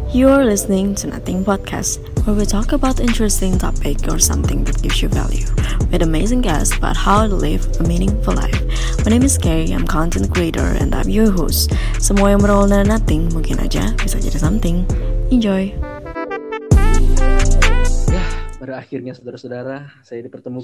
You're listening to Nothing Podcast, where we talk about interesting topic or something that gives you value, with amazing guests about how to live a meaningful life. My name is Kay, I'm content creator, and I'm your host. Semua yang berawal dari nothing, mungkin aja bisa jadi something. Enjoy! Ya, pada akhirnya saudara-saudara, saya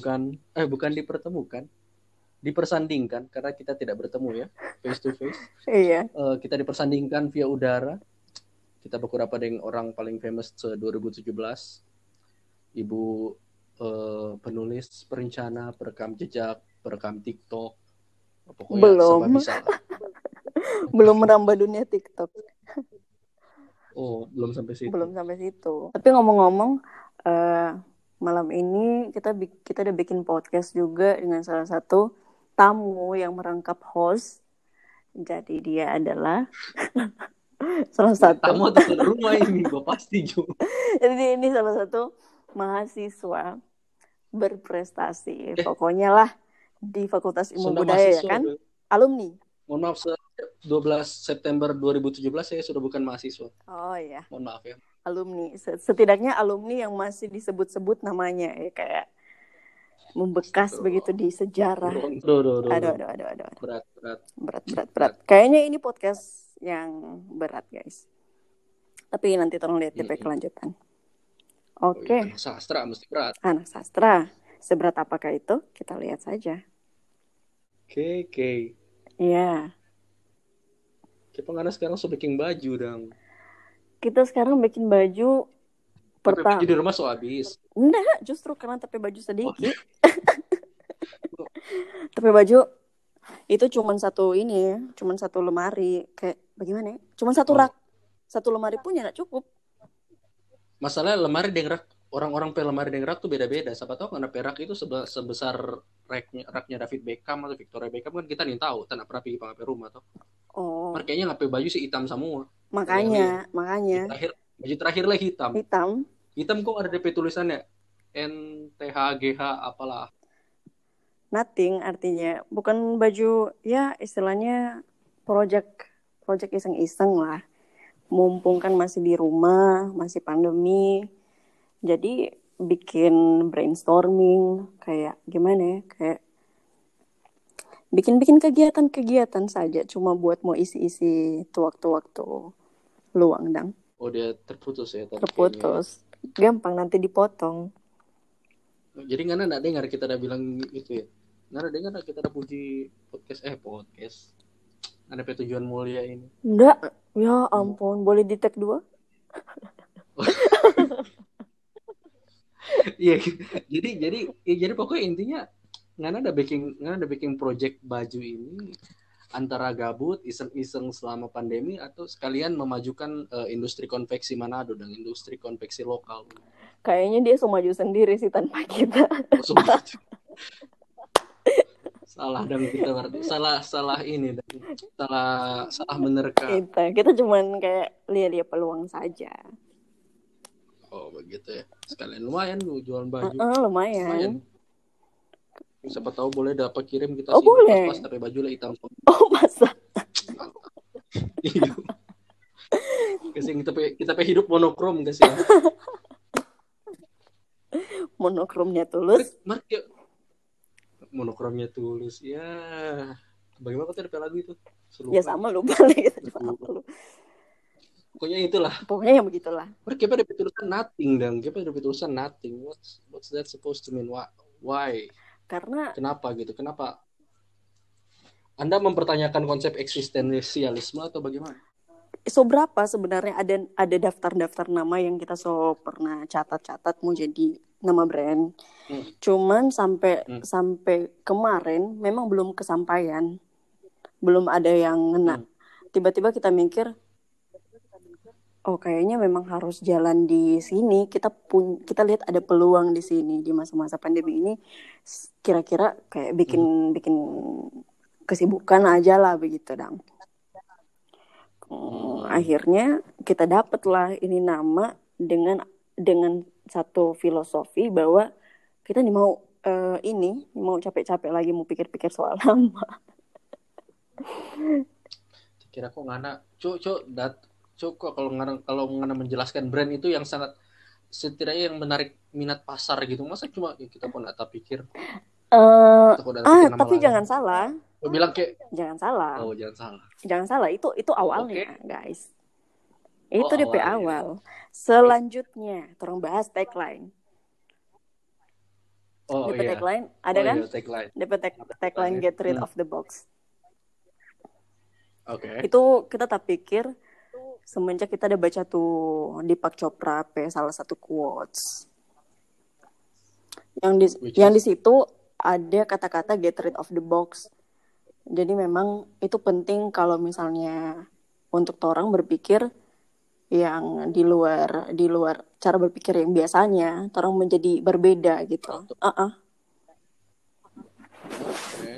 dipersandingkan, karena kita tidak bertemu ya, face to face. Iya. Kita dipersandingkan via udara. Kita beberapa dengan orang paling famous 2017, ibu penulis, perencana, perekam jejak, perekam TikTok, pokoknya serba bisa lah. Belum merambah dunia TikTok. Oh, belum sampai situ. Tapi ngomong-ngomong, malam ini kita udah bikin podcast juga dengan salah satu tamu yang merangkap host. Jadi dia adalah salah satu tamu atau rumah ini, gue pasti juga. Jadi ini salah satu mahasiswa berprestasi, pokoknya lah di Fakultas Ilmu Budaya ya kan, alumni. Mohon maaf, 12 September 2017 saya sudah bukan mahasiswa. Oh iya. Mohon maaf ya. Alumni, setidaknya alumni yang masih disebut-sebut namanya ya, kayak membekas begitu di sejarah. Aduh. Berat. Kayaknya ini podcast yang berat guys. Tapi nanti tolong lihat DP kelanjutan. Oke. Anak sastra mesti berat. Anak sastra. Seberat apakah itu? Kita lihat saja. Oke. Iya. Kita ngana sekarang so bikin baju dong. Kita sekarang bikin baju pertama. Baju di rumah so habis. Enggak, justru karena tapi baju sedikit. Tapi baju itu cuman satu lemari, kayak bagaimana ya? Cuman satu rak. Satu lemari pun ya gak cukup. Masalahnya lemari dengan rak, orang-orang lemari dengan rak tuh beda-beda. Siapa tahu karena perak itu sebesar raknya David Beckham atau Victoria Beckham kan kita nih tahu, tak pernah pergi pakai rumah tuh. Oh. Makanya ngapain baju sih hitam semua. Makanya. Baju terakhir lah hitam. Hitam kok ada DP tulisannya NTHGH apalah. Nothing artinya bukan baju ya, istilahnya project iseng-iseng lah. Mumpung kan masih di rumah, masih pandemi. Jadi bikin brainstorming kayak gimana ya? Kayak bikin kegiatan-kegiatan saja cuma buat mau isi-isi waktu-waktu luang dang. Oh, dia terputus ya tadi. Terputus. Kayaknya. Gampang nanti dipotong. Jadi ngana enggak dengar kita udah bilang itu ya. Ngana dengar kita udah puji podcast. Ada tujuan mulia ini. Enggak. Ya ampun, boleh di tag 2? Iya, jadi pokoknya intinya ngana ada bikin project baju ini antara gabut, iseng-iseng selama pandemi atau sekalian memajukan industri konveksi Manado dan industri konveksi lokal. Kayaknya dia maju sendiri sih tanpa kita. Salah dong kita berarti. Salah ini dan salah menerka. Kita cuman kayak lihat peluang saja. Oh, begitu ya. Sekalian lumayan lu jualan baju. Lumayan. Siapa tahu boleh dapat kirim kita boleh. Pas tapi baju lah hitam. Oh, masa? Kasih kita hidup monokrom guys ya. Monokromnya tulus. Monokromnya tulus ya. Bagaimana kata DP lagu itu? Ya sama lupa lagi. Pokoknya yang begitulah. Mereka pada tulisan nothing dan kita ada tulisan nothing. What's that supposed to mean? Why? Kenapa gitu? Kenapa Anda mempertanyakan konsep eksistensialisme atau bagaimana? Berapa sebenarnya ada daftar-daftar nama yang kita pernah catat mau jadi nama brand. Cuman sampai kemarin memang belum kesampaian. Belum ada yang ngena. Tiba-tiba kita mikir, oh kayaknya memang harus jalan di sini. Kita lihat ada peluang di sini di masa-masa pandemi ini. Kira-kira kayak bikin kesibukan aja lah begitu dong. Akhirnya kita dapet lah ini nama dengan satu filosofi bahwa kita nih mau capek-capek lagi mau pikir-pikir soal nama. Kira kok ngana Coba kalau menjelaskan brand itu yang sangat setidaknya yang menarik minat pasar gitu. Masa cuma ya kita pun tak pikir. Tapi jangan salah. Bilang kayak jangan salah. Oh, jangan salah. Jangan salah, itu awalnya, guys. Itu DP awal. Selanjutnya, terus bahas tagline. DP tagline ada kan? Tagline. DP tagline get rid of the box. Oke. Itu kita tak pikir semenjak kita ada baca tuh Deepak Chopra salah satu quotes. Yang di situ ada kata-kata get rid of the box. Jadi memang itu penting kalau misalnya untuk orang berpikir yang di luar cara berpikir yang biasanya, orang menjadi berbeda gitu. Okay.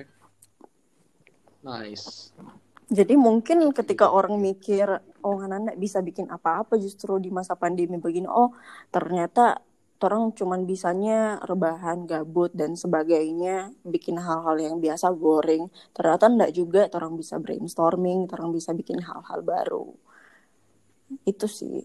Nice. Jadi mungkin ketika orang mikir, oh anak bisa bikin apa-apa justru di masa pandemi begini, oh ternyata orang cuman bisanya rebahan, gabut dan sebagainya, bikin hal-hal yang biasa boring. Ternyata enggak juga, orang bisa brainstorming, orang bisa bikin hal-hal baru. Itu sih.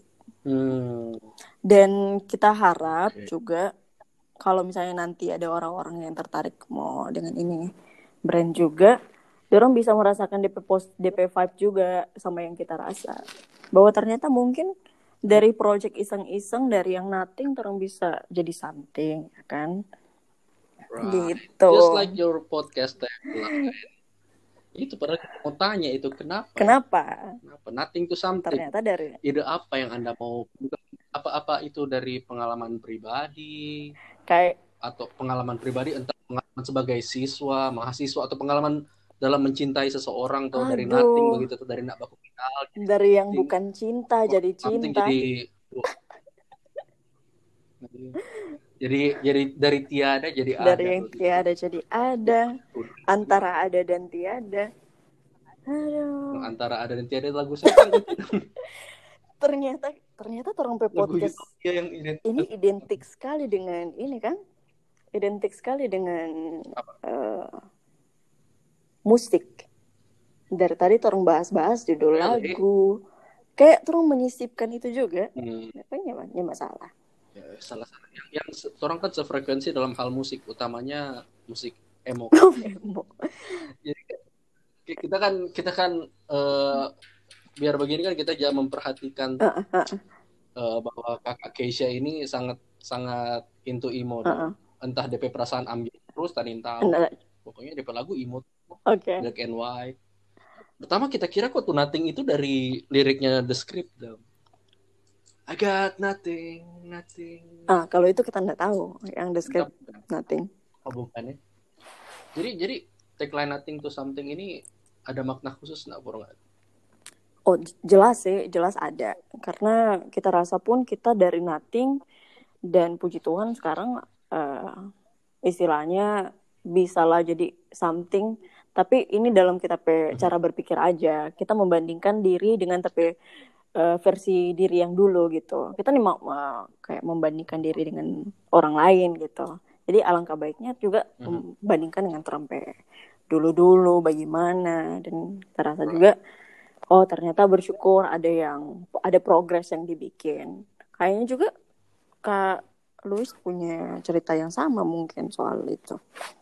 Dan kita harap juga kalau misalnya nanti ada orang-orang yang tertarik mau dengan ini brand juga, orang bisa merasakan DP vibe juga sama yang kita rasa. Bahwa ternyata mungkin dari project iseng-iseng, dari yang nothing, orang bisa jadi something, kan? Right. Gitu. Just like your podcast tagline. Itu pernah mau tanya itu Kenapa? Nothing to something. Ternyata dari ide apa yang Anda mau, apa itu dari pengalaman pribadi, atau pengalaman pribadi entah pengalaman sebagai siswa, mahasiswa, atau pengalaman dalam mencintai seseorang, atau dari nothing begitu, atau dari nak baku kenal. Dari yang bukan cinta jadi cinta. Jadi dari tiada jadi ada. Dari yang tiada jadi ada. Antara ada dan tiada. Aduh. Antara ada dan tiada lagu siapa? Ternyata orang podcast ini identik sekali dengan ini kan? Identik sekali dengan musik. Dari tadi orang bahas-bahas judul lagu. Kayak orang menyisipkan itu juga. Apa masalah? Ya, salah satu yang orang kan sefrekuensi dalam hal musik, utamanya musik emo. Jadi kita kan biar begini kan kita jangan memperhatikan bahwa kakak Keisha ini sangat into emo. Entah DP perasaan ambil terus tanin tahu. Pokoknya DP lagu emo. Black and white. Pertama kita kira kok tuh nothing itu dari liriknya The Script dong. I got nothing. Kalau itu kita nggak tahu yang The Script nothing. Oh bukan ya. Jadi tagline nothing to something ini ada makna khusus nggak Bro? Oh jelas ada. Karena kita rasa pun kita dari nothing, dan puji Tuhan sekarang istilahnya bisalah jadi something. Tapi ini dalam kita cara berpikir aja. Kita membandingkan diri dengan versi diri yang dulu gitu. Kita nih mau kayak membandingkan diri dengan orang lain gitu. Jadi alangkah baiknya juga membandingkan dengan dulu bagaimana, dan terasa juga ternyata bersyukur ada progres yang dibikin. Kayaknya juga Kak Louis punya cerita yang sama mungkin soal itu.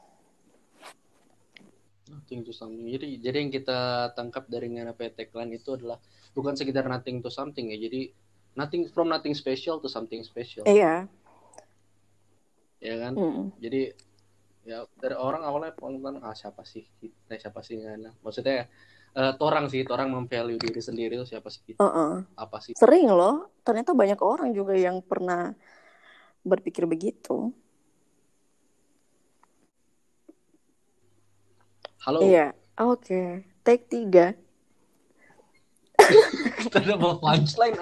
Nothing to something. Jadi yang kita tangkap dari ngana tagline itu adalah bukan sekedar nothing to something ya. Jadi from nothing special to something special. Iya. Ya kan? Jadi ya dari orang awalnya siapa sih ngana. Maksudnya torang memvalue diri sendiri itu siapa sih kita? Apa sih? Sering loh. Ternyata banyak orang juga yang pernah berpikir begitu. Halo. Iya. Oke. Take 3. Kita udah bawa punchline.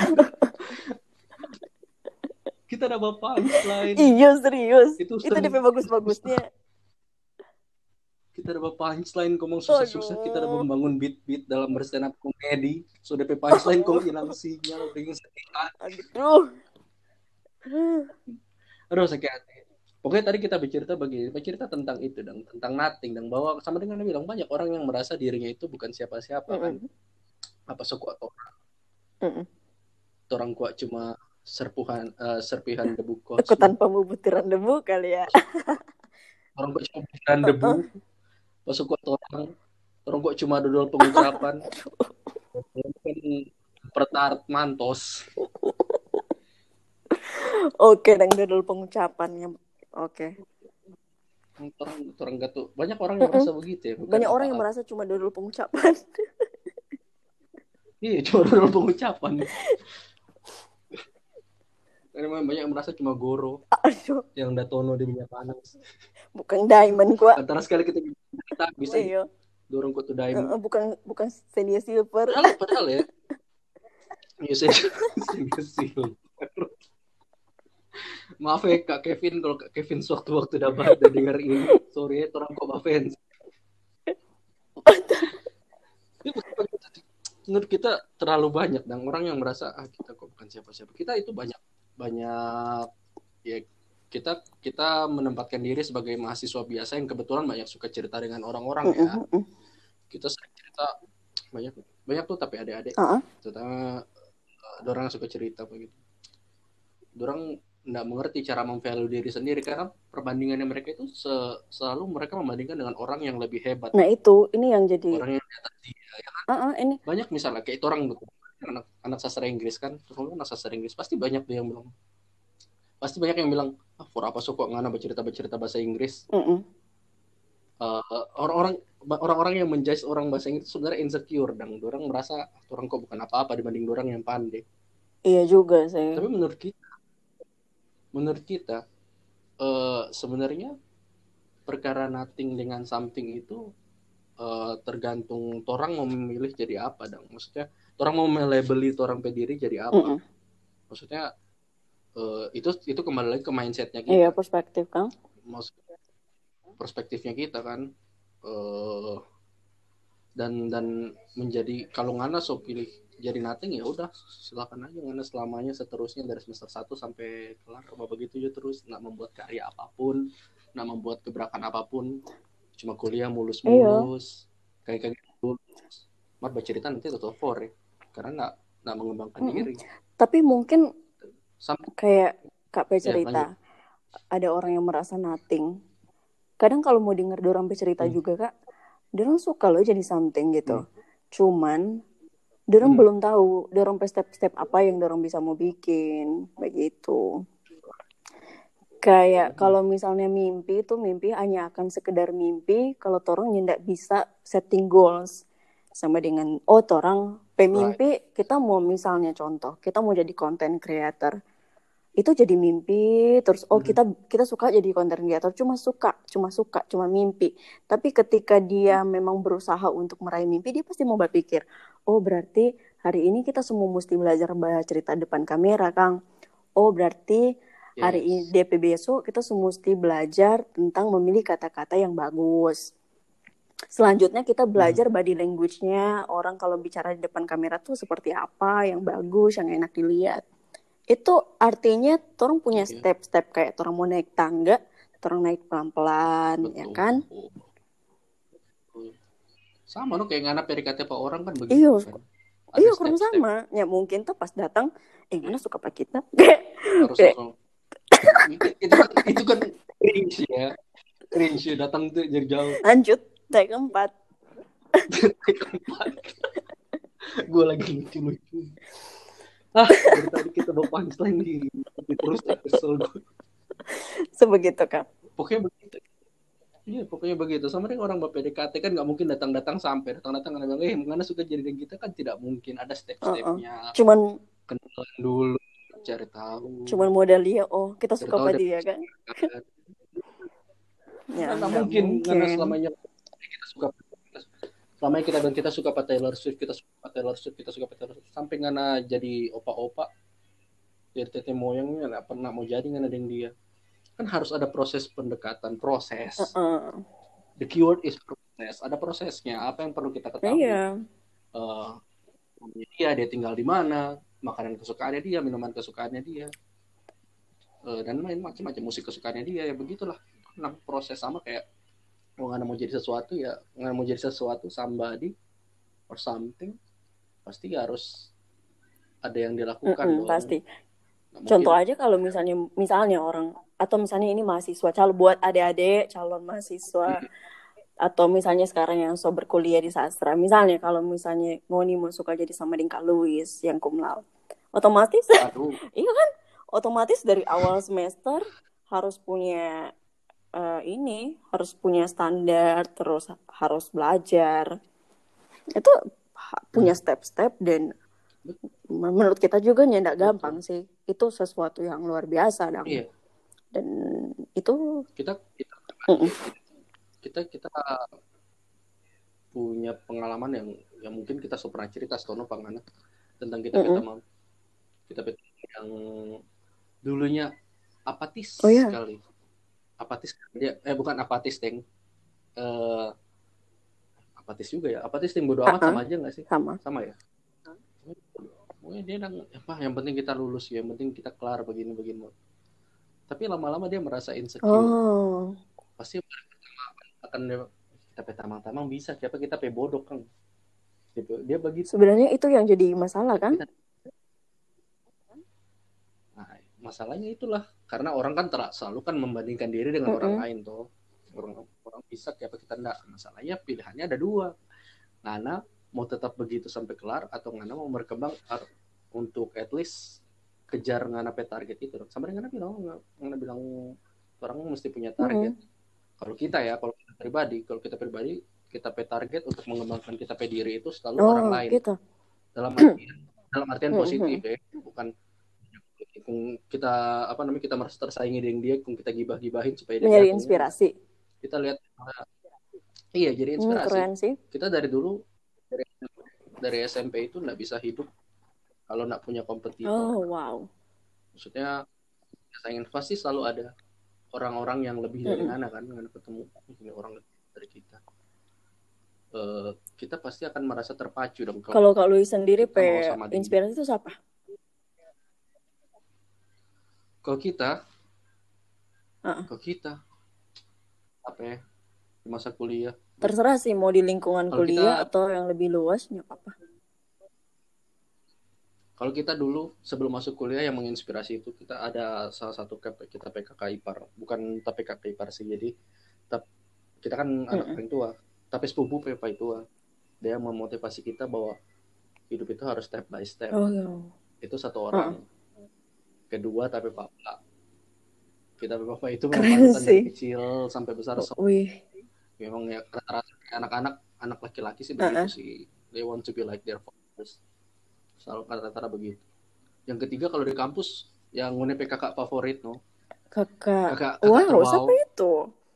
Iya serius. Itu DP bagus-bagusnya. Kita udah bawa punchline, ngomong susah-susah. Kita udah membangun beat dalam berstand up komedi. So DP punchline kok hilang sinyal, bingung sekitar. Aduh sakit hati. Pokoknya tadi kita bercerita tentang itu, tentang nothing, dan bahwa sama dengan bilang banyak orang yang merasa dirinya itu bukan siapa-siapa kan. Apa suku atau orang. Orang kuat cuma serpihan debu Aku kosmos. tanpa butiran debu kali ya. Orang kuat cuma butiran debu. Masuk kuat orang kuat cuma dodol pengucapan. Kan pertarat mantos. Oke, dan dodol pengucapannya. Oke. Orang gak tuh banyak orang yang merasa begitu ya. Banyak orang yang merasa cuma dodol pengucapan. Iya, cuma dodol pengucapan. Karena banyak yang merasa cuma goro. Aduh. Yang datono di minyak panas. Bukan diamond gua. Antara sekali kita bisa dorong kok tuh diamond. Bukan Senia Silver. Padahal ya. Iya, Senia Silver. Maaf ya Kak Kevin, kalau Kak Kevin sewaktu-waktu dapat dengar ini, sorry ya, orang kok fans. Menurut kita terlalu banyak dan orang yang merasa kita kok bukan siapa-siapa. Kita itu banyak ya kita menempatkan diri sebagai mahasiswa biasa yang kebetulan banyak suka cerita dengan orang-orang ya. Kita sering cerita banyak tuh tapi adik-adik. Terutama orang suka cerita begitu. Orang nggak mengerti cara memvalue diri sendiri karena perbandingannya mereka itu selalu mereka membandingkan dengan orang yang lebih hebat. Nah itu ini yang jadi orang yang di atas dia ya kan? Ini banyak misalnya kayak itu orang anak sastra Inggris kan, terus anak sastra Inggris pasti banyak yang bilang for apa sih kok ngana bercerita bahasa Inggris. Orang-orang yang menjudge orang bahasa Inggris sebenarnya insecure dan orang merasa orang kok bukan apa-apa dibanding orang yang pandai. Iya juga sih. Tapi menurut kita sebenarnya perkara nothing dengan something itu tergantung orang mau memilih jadi apa dong. Maksudnya orang mau melabeli orang pediri jadi apa. Maksudnya itu kembali lagi ke mindsetnya kita. Iya, perspektif kan. Maksudnya perspektifnya kita kan dan menjadi kalau ngana so pilih jadi nothing ya udah silakan aja ngana selamanya seterusnya dari semester 1 sampai kelar apa begitu ya terus nggak membuat karya apapun nggak membuat gebrakan apapun cuma kuliah mulus kayak gitu mat bercerita nanti total for ya karena nggak mengembangkan diri. Tapi mungkin kayak Kak P cerita ada orang yang merasa nothing. Kadang kalau mau denger dorang bercerita juga Kak, dorang suka loh jadi something gitu. Cuman dorang belum tahu dorang step-step apa yang dorang bisa mau bikin begitu. Kayak kalau misalnya mimpi hanya akan sekedar mimpi kalau torang tidak bisa setting goals sama dengan torang pemimpi kita mau misalnya contoh kita mau jadi content creator itu jadi mimpi terus kita suka jadi content creator cuma mimpi tapi ketika dia memang berusaha untuk meraih mimpi dia pasti mau berpikir berarti hari ini kita semua mesti belajar cerita depan kamera Kang berarti hari ini DP besok kita semua mesti belajar tentang memilih kata-kata yang bagus. Selanjutnya kita belajar body language-nya orang kalau bicara di depan kamera tuh seperti apa yang bagus, yang enak dilihat. Itu artinya orang punya step-step kayak orang mau naik tangga, orang naik pelan-pelan, ya kan? Sama loh kayak ngana PDKT pak orang kan begitu kan. Iya kurang sama. Ya mungkin tuh pas datang, ngana suka pak kita. itu kan cringe datang tuh jadi jauh. Lanjut take 4. Gue lagi lucu dari tadi kita bawa punchline terus kesel gue. Sebegitu kan pokoknya begitu. Iya pokoknya begitu sama dengan orang PDKT kan nggak mungkin datang sampai datang ada bilang mana suka jadi kita kan tidak mungkin ada step-stepnya. Cuman kenalan dulu cari tahu. Cuman modal dia kita suka pada dia kan. Ya nggak mungkin karena selamanya kita suka selama kita suka Taylor Swift kita suka Taylor Swift sampai ngana jadi opa-opa dari tete moyangnya nggak pernah mau jadi ngana dengan dia kan harus ada proses pendekatan the keyword is proses ada prosesnya apa yang perlu kita ketahui dia tinggal di mana makanan kesukaannya dia minuman kesukaannya dia dan main macam-macam musik kesukaannya dia ya begitulah proses sama kayak nggak mau jadi sesuatu somebody or something pasti harus ada yang dilakukan dong. Pasti. Nggak Contoh mungkin. aja kalau misalnya orang, atau misalnya ini mahasiswa, buat adik-adik calon mahasiswa, atau misalnya sekarang yang so berkuliah di sastra, misalnya kalau misalnya Ngoni mau suka jadi sama Dinka Louis yang cum laude, otomatis Aduh, iya kan, otomatis dari awal semester harus punya harus punya standar, terus harus belajar. Itu punya step-step, dan menurut kita juga nyendak gampang sih. Itu sesuatu yang luar biasa dong. iya. Dan itu Kita punya pengalaman yang mungkin kita so pernah cerita Stono Pangana tentang kita yang dulunya apatis sekali. Apatis dia bukan apatis deng. Apatis juga ya. Apatis deng bodo amat sama aja nggak sih? Sama ya. Pokoknya dia yang penting kita lulus ya, yang penting kita kelar begini. Tapi lama-lama dia merasa insecure. Pasti akan kita tamang-tamang bisa, siapa kita bodoh kan. Dia begitu. Sebenarnya itu yang jadi masalah kan? Nah, masalahnya itulah karena orang kan selalu kan membandingkan diri dengan orang lain toh. Orang bisa siapa kita enggak. Masalahnya pilihannya ada dua. Ngana mau tetap begitu sampai kelar atau Ngana mau berkembang untuk at least kejar Ngana target itu. Sama dengan Ngana bilang orang mesti punya target. Kalau kita pribadi kita target untuk mengembangkan kita diri itu selalu orang lain. Gitu. Dalam artian positif ya, bukan kita kita merasa tersaingi dengan dia, kita gibah-gibahin supaya dia menjadi inspirasi. Kita lihat jadi inspirasi. Keren sih. Kita dari dulu dari SMP itu nggak bisa hidup kalau nggak punya kompetitor. Oh wow. Maksudnya saingan pasti selalu ada orang-orang yang lebih dari Ngana kan, Ngana ketemu orang lebih dari kita. Kita pasti akan merasa terpacu dong. Kalau Kak Louis sendiri inspirasi itu siapa? Kalau kita apa ya, di masa kuliah? Terserah sih, mau di lingkungan kuliah atau yang lebih luas, nggak apa-apa. Kalau kita dulu sebelum masuk kuliah yang menginspirasi itu kita ada salah satu kita PKK IPAR, bukan PKK IPAR sih, jadi kita kan anak paling tua, tapi sepupu PKK tua, dia memotivasi kita bahwa hidup itu harus step by step. Itu satu orang. Kedua tapi papa. Kita bapak itu memang dari kecil sampai besar. Memang ya rata-rata anak laki-laki sih begitu sih. They want to be like their fathers. Selalu rata-rata begitu. Yang ketiga kalau di kampus yang ngune kakak favorit kakak wow, siapa itu?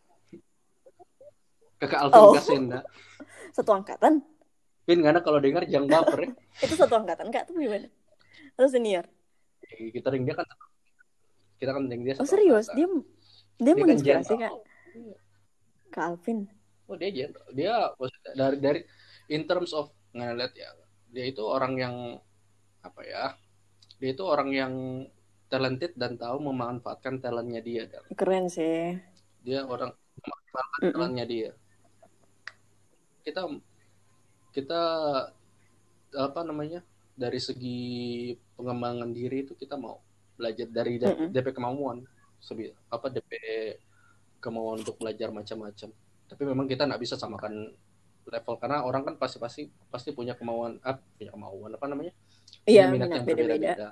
Kakak Alvin Kasenda. Satu angkatan? Pin karena kalau dengar jangan baper ya. Itu satu angkatan Kak, tuh gimana? Atau senior? Kita ring dia kan dia. Oh serius? Dia menginspirasi Kak? Kak Alvin? Oh dia dari in terms of ngeliat ya, dia itu orang yang dia itu orang yang talented dan tahu memanfaatkan talentnya dia. Keren sih. Dia orang memanfaatkan talentnya dia. Kita dari segi pengembangan diri itu kita mau belajar dari DP kemauan, DP kemauan untuk belajar macam-macam. Tapi memang kita nggak bisa samakan level karena orang kan pasti punya kemauan minat yang berbeda-beda.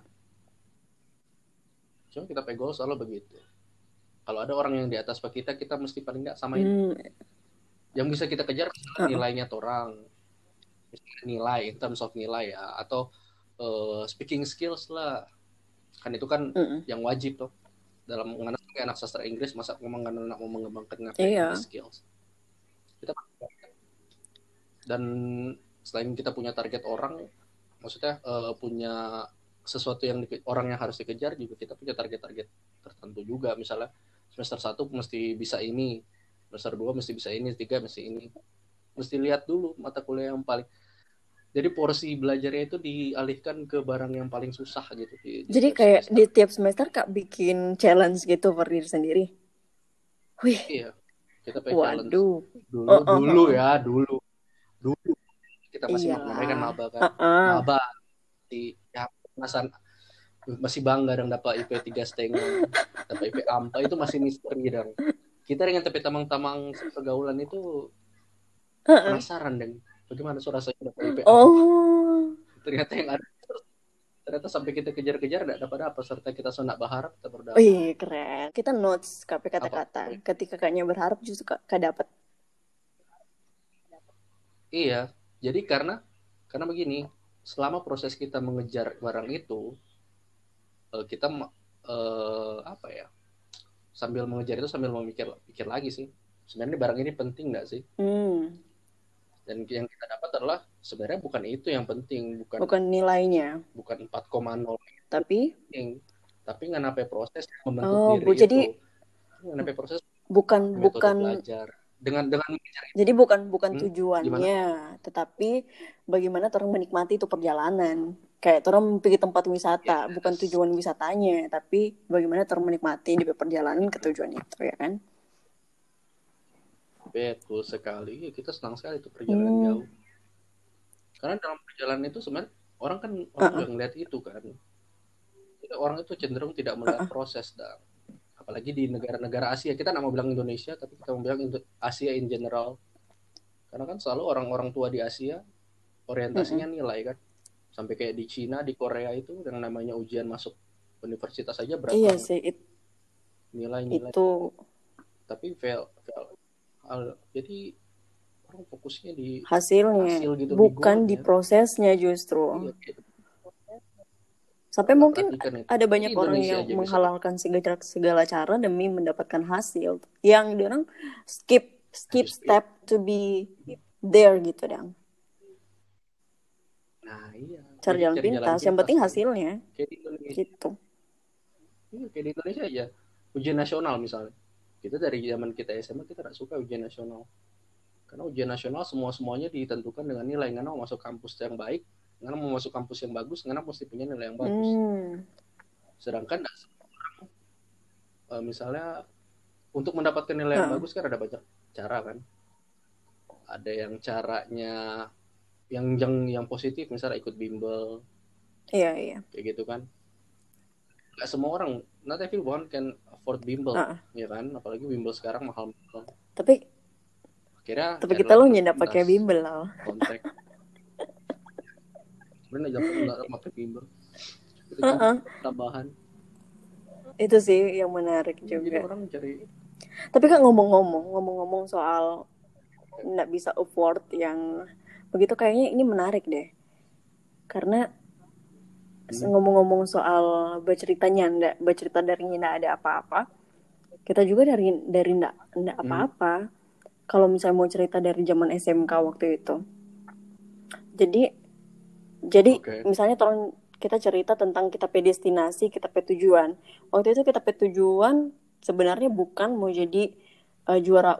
Cuma kita pegol selalu begitu. Kalau ada orang yang di atas kita mesti paling nggak samain. Yang bisa kita kejar nilainya orang, nilai in terms of nilai ya, atau speaking skills lah, kan itu kan yang wajib tuh dalam anak sastra Inggris, masa mau mengembangkan skills kita. Dan selain kita punya target orang, maksudnya punya sesuatu yang orang yang harus dikejar, juga kita punya target-target tertentu juga. Misalnya semester 1 mesti bisa ini, semester 2 mesti bisa ini, 3 mesti ini. Mesti lihat dulu mata kuliah yang paling, jadi porsi belajarnya itu dialihkan ke barang yang paling susah gitu. Jadi kayak di tiap semester Kak bikin challenge gitu per diri sendiri. Wih. Iya. Kita pakai challenge. Dulu. Kita masih namanya kan maba kan. Maba perasaan masih bangga dan dapat IP 3,5, dapat IP 4 itu masih misteri dan kita dengan tapi tamang-tamang pergaulan itu penasaran dan bagaimana rasanya dapat IP 4. Ternyata yang ada ternyata sampai kita kejar-kejar tidak dapat apa serta kita sonak berharap kita berdapat. Wih, keren. Kita notes kata-kata. Ketika kakaknya berharap justru kak dapat. Iya, jadi karena begini, selama proses kita mengejar barang itu, kita apa ya? Sambil mengejar itu sambil memikir lagi sih. Sebenarnya barang ini penting nggak sih? Dan yang kita dapat adalah sebenarnya bukan itu yang penting, bukan nilainya, bukan 4,0, tapi nganape proses membentuk diri jadi, itu, nganape proses bukan belajar dengan mengejar itu. Jadi bukan tujuannya, gimana? Tetapi bagaimana orang menikmati itu perjalanan. Kayak orang pergi tempat wisata, bukan tujuan wisatanya, tapi bagaimana orang menikmati di perjalanan ke tujuan itu, ya kan? Betul sekali, kita senang sekali itu perjalanan jauh. Karena dalam perjalanan itu sebenarnya orang kan nggak ngeliat itu kan. Orang itu cenderung tidak melihat proses dan apalagi di negara-negara Asia, kita nggak mau bilang Indonesia tapi kita mau bilang Asia in general, karena kan selalu orang-orang tua di Asia orientasinya nilai kan, sampai kayak di Cina, di Korea itu yang namanya ujian masuk universitas saja berapa nilai itu, tapi fail. Jadi orang fokusnya di hasilnya gitu, bukan di prosesnya justru. Iya, gitu. Sampai mungkin ada banyak orang yang menghalalkan segala cara demi mendapatkan hasil yang orang skip step to be there gitu dong. Nah iya. Cari jalan pintas, yang penting hasilnya. Kayak di Indonesia. Gitu. Iya, kayak di Indonesia aja. Ujian nasional misalnya. Kita dari zaman kita SMA kita tidak suka ujian nasional. Karena ujian nasional semuanya ditentukan dengan nilai. Karena mau masuk kampus yang baik, karena mau masuk kampus yang bagus, karena mesti punya nilai yang bagus. Sedangkan semua orang, misalnya untuk mendapatkan nilai yang bagus kan ada banyak cara kan. Ada yang caranya yang positif, misalnya ikut bimbel. Iya. Kayak gitu kan. Nggak semua orang, not everyone can afford bimbel, ya kan? Apalagi bimbel sekarang mahal. Tapi kita lo nyendak pakai bimbel lah. Kontrak. Sebenarnya nggak pakai bimbel. Itu tambahan. Itu sih yang menarik juga. Jadi orang cari. Tapi kan ngomong-ngomong soal nggak bisa afford yang begitu, kayaknya ini menarik deh. Karena ngomong-ngomong soal bercerita dari nggak ada apa-apa, kita juga dari nggak apa-apa. Kalau misalnya mau cerita dari zaman SMK waktu itu, jadi misalnya kita cerita tentang kita destinasi, kita tujuan. Waktu itu kita tujuan sebenarnya bukan mau jadi juara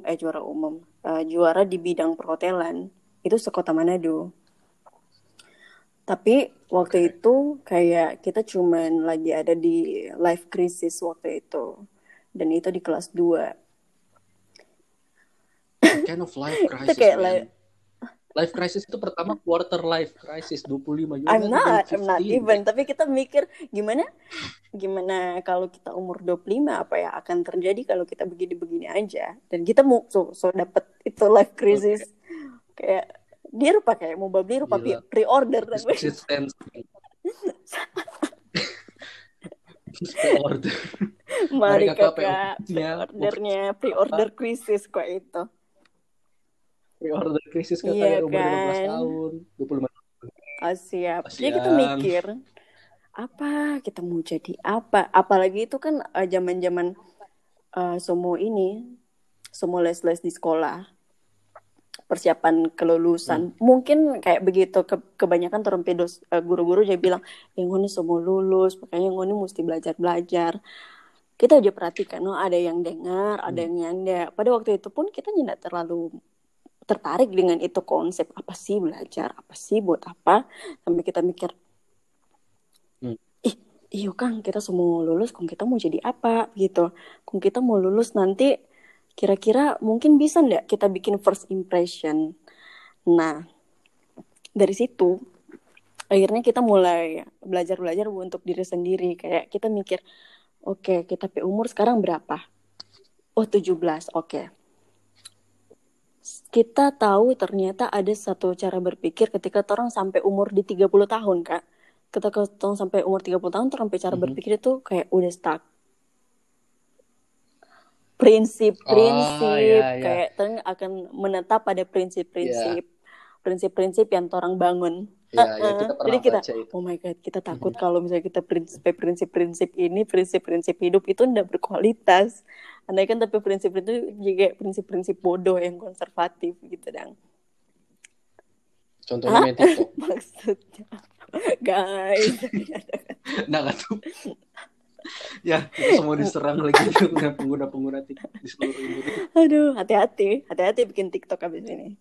di bidang perhotelan, itu sekota Manado. Tapi waktu itu kayak kita cuman lagi ada di life crisis waktu itu. Dan itu di kelas 2. Kind of life crisis. Itu kayak life crisis itu pertama quarter life crisis 25. I'm not even. Tapi kita mikir gimana kalau kita umur 25 apa ya akan terjadi kalau kita begini-begini aja. Dan kita mau dapat itu life crisis. Kayak dia rupa kayak mau beli rupa pre-order dan pre-order. Mari kakak pre-order krisis kok itu. Pre-order krisis kakak umur 15 tahun, 25 tahun. Siap. Jadi kita mikir apa kita mau jadi apa? Apalagi itu kan zaman-zaman semua les di sekolah. Persiapan kelulusan. Mungkin kayak begitu kebanyakan torpedos guru-guru jadi bilang, ngoni semua lulus, makanya ngoni mesti belajar. Kita aja perhatikan, ada yang dengar, ada yang nyanda. Pada waktu itu pun kita tidak terlalu tertarik dengan itu konsep apa sih belajar, apa sih buat apa, sampai kita mikir, iya Kang, kita semua lulus, kong kita mau jadi apa gitu, kong kita mau lulus nanti kira-kira mungkin bisa nggak kita bikin first impression. Nah, dari situ akhirnya kita mulai belajar untuk diri sendiri. Kayak kita mikir, oke, kita umur sekarang berapa? Oh, 17, oke. Kita tahu ternyata ada satu cara berpikir ketika orang sampai umur di 30 tahun, Kak. Ketika orang sampai umur 30 tahun, sampai cara berpikir itu kayak udah stuck. Prinsip-prinsip, kayak orang akan menetap pada prinsip-prinsip. Prinsip-prinsip yang orang bangun. Jadi kita, oh my god, kita takut kalau misalnya kita prinsip-prinsip ini, prinsip-prinsip hidup itu tidak berkualitas. Andai kan tapi prinsip itu juga prinsip-prinsip bodoh yang konservatif gitu dong. Contohnya main TikTok. Maksudnya, guys. Nah tuh. Ya, kita semua diserang lagi dengan pengguna-pengguna TikTok di seluruh Indonesia. Aduh, hati-hati bikin TikTok abis ini.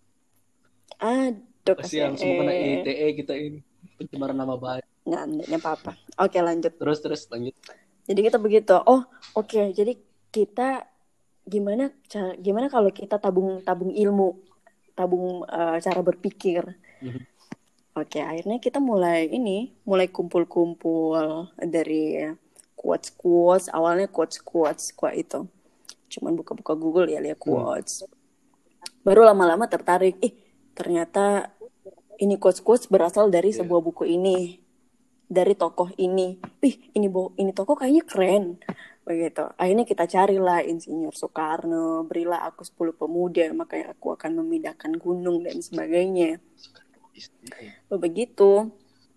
Aduh, kasihan semua kena ITE kita ini, pencemaran nama baik. Nggak apa-apa. Oke, lanjut. Terus lanjut. Jadi kita begitu. Oke. Jadi kita gimana kalau kita tabung ilmu, cara berpikir. Oke, akhirnya kita mulai kumpul-kumpul dari quotes. Awalnya quotes itu. Cuman buka-buka Google ya, lihat quotes. Baru lama-lama tertarik. Ternyata ini quotes berasal dari sebuah buku ini. Dari tokoh ini. Ini tokoh kayaknya keren. Begitu. Akhirnya kita carilah Insinyur Soekarno, berilah aku 10 pemuda, makanya aku akan memindahkan gunung dan sebagainya. Begitu.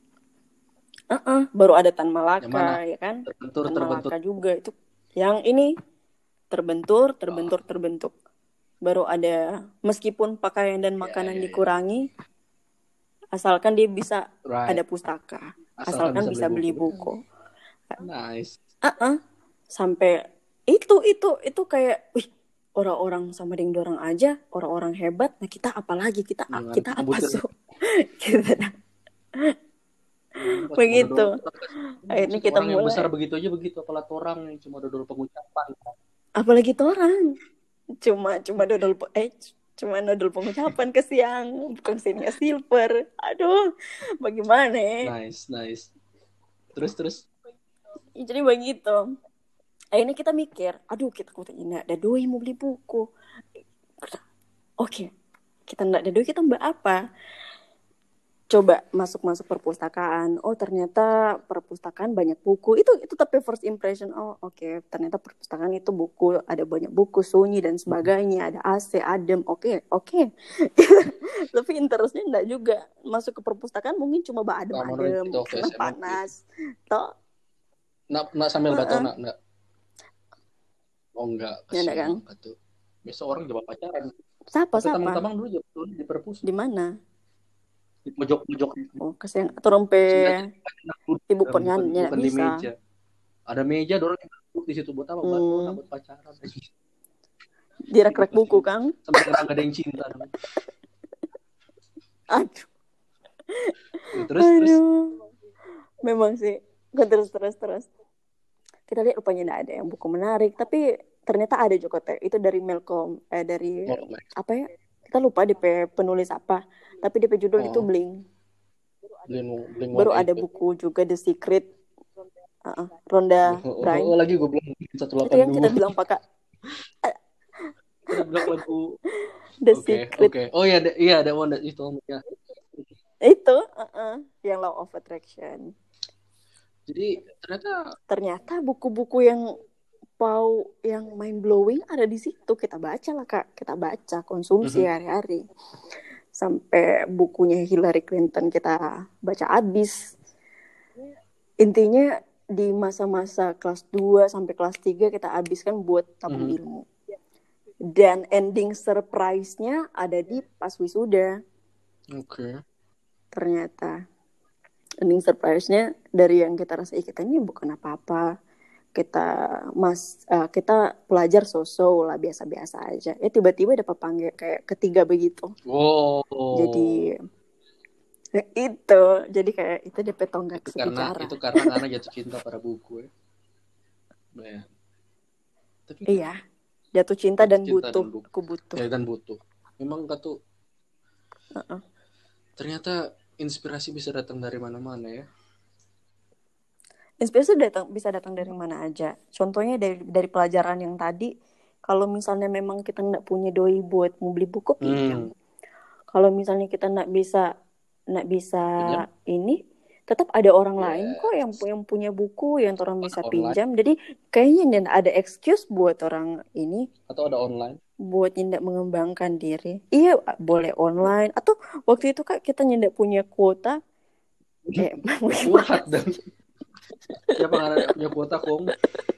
Baru ada Tan Malaka, ya kan? Tan Malaka juga itu. Yang ini terbentur. Baru ada meskipun pakaian dan makanan dikurangi, asalkan dia bisa ada pustaka, asalkan bisa beli buku. Nice. Sampai itu kayak orang-orang sama dengan dorang aja, orang-orang hebat. Nah kita apalagi kita apa so? Gitu. Begitu. Akhirnya kita mulai. Yang besar begitu aja begitu, apalagi orang yang cuma dodol pengucapan. Apalagi orang cuma dodol pengucapan ke siang, bukan sininya silver. Aduh, bagaimana? Nice. Terus. Jadi begitu. Akhirnya kita mikir, kita nggak ada duit mau beli buku. Oke, kita nggak ada duit, kita mbak apa? Coba masuk perpustakaan. Ternyata perpustakaan banyak buku. Itu tapi first impression. Oke, ternyata perpustakaan itu buku, ada banyak buku, sunyi dan sebagainya, ada AC, adem. Oke. Tapi interestnya enggak juga. Masuk ke perpustakaan mungkin cuma adem-adem, karena panas. Toh nak sambil batu nak. Enggak. Enggak kan? Batu. Besok orang coba pacaran. Siapa? Tamang dulu di perpus. Di mana? Di pojok. Kasihan atau rompe ibu penyanyi bukan di meja. Ada meja, dorang duduk di situ buat apa? Buat pacaran. Direk-rek buku, Kang. Sampai kadang ada yang cinta. Aduh. Terus. Memang sih. Terus. Kita lihat rupanya tidak ada yang buku menarik, tapi ternyata ada juga itu dari Malcolm, apa ya? Kita lupa DP penulis apa, tapi DP judul itu Blink. Baru ada buku juga The Secret, Rhonda Byrne. Lagi gue bilang 182. Itu yang kita bilang pakai. Kita bilang lagu The Secret. Okay. Oh iya, ada one itu ya. Itu yang Law of Attraction. Jadi ternyata buku-buku yang mind blowing ada di situ. Kita baca lah, Kak. Kita baca, konsumsi hari-hari. Sampai bukunya Hillary Clinton kita baca habis. Intinya di masa-masa kelas 2 sampai kelas 3 kita habiskan buat tabung ilmu. Dan ending surprise-nya ada di pas wisuda. Oke. Ternyata ending surprise-nya dari yang kita rasa kita ini bukan apa-apa. Kita pelajar so-so lah, biasa-biasa aja. Tiba-tiba dapat panggil kayak ketiga begitu. Wow. Jadi jadi kayak itu DP tonggak sebicara. Itu karena jatuh cinta pada buku ya. Nah, tapi iya, jatuh cinta dan butuh. Aku butuh. Ya, dan butuh. Memang tuh. Ternyata inspirasi bisa datang dari mana-mana ya. Inspirasi bisa datang dari mana aja. Contohnya dari pelajaran yang tadi, kalau misalnya memang kita nggak punya doi buat mau beli buku, pinjam. Kalau misalnya kita nggak bisa Pinjam? ini, tetap ada orang lain Yes. kok yang punya buku yang orang bisa Online. pinjam. Jadi kayaknya ada excuse buat orang ini. Atau ada online? Buat nyendak mengembangkan diri. Iya, boleh online. Atau waktu itu Kak kita nyendak punya kuota. Curhat dan siapa nggak punya kuota kong?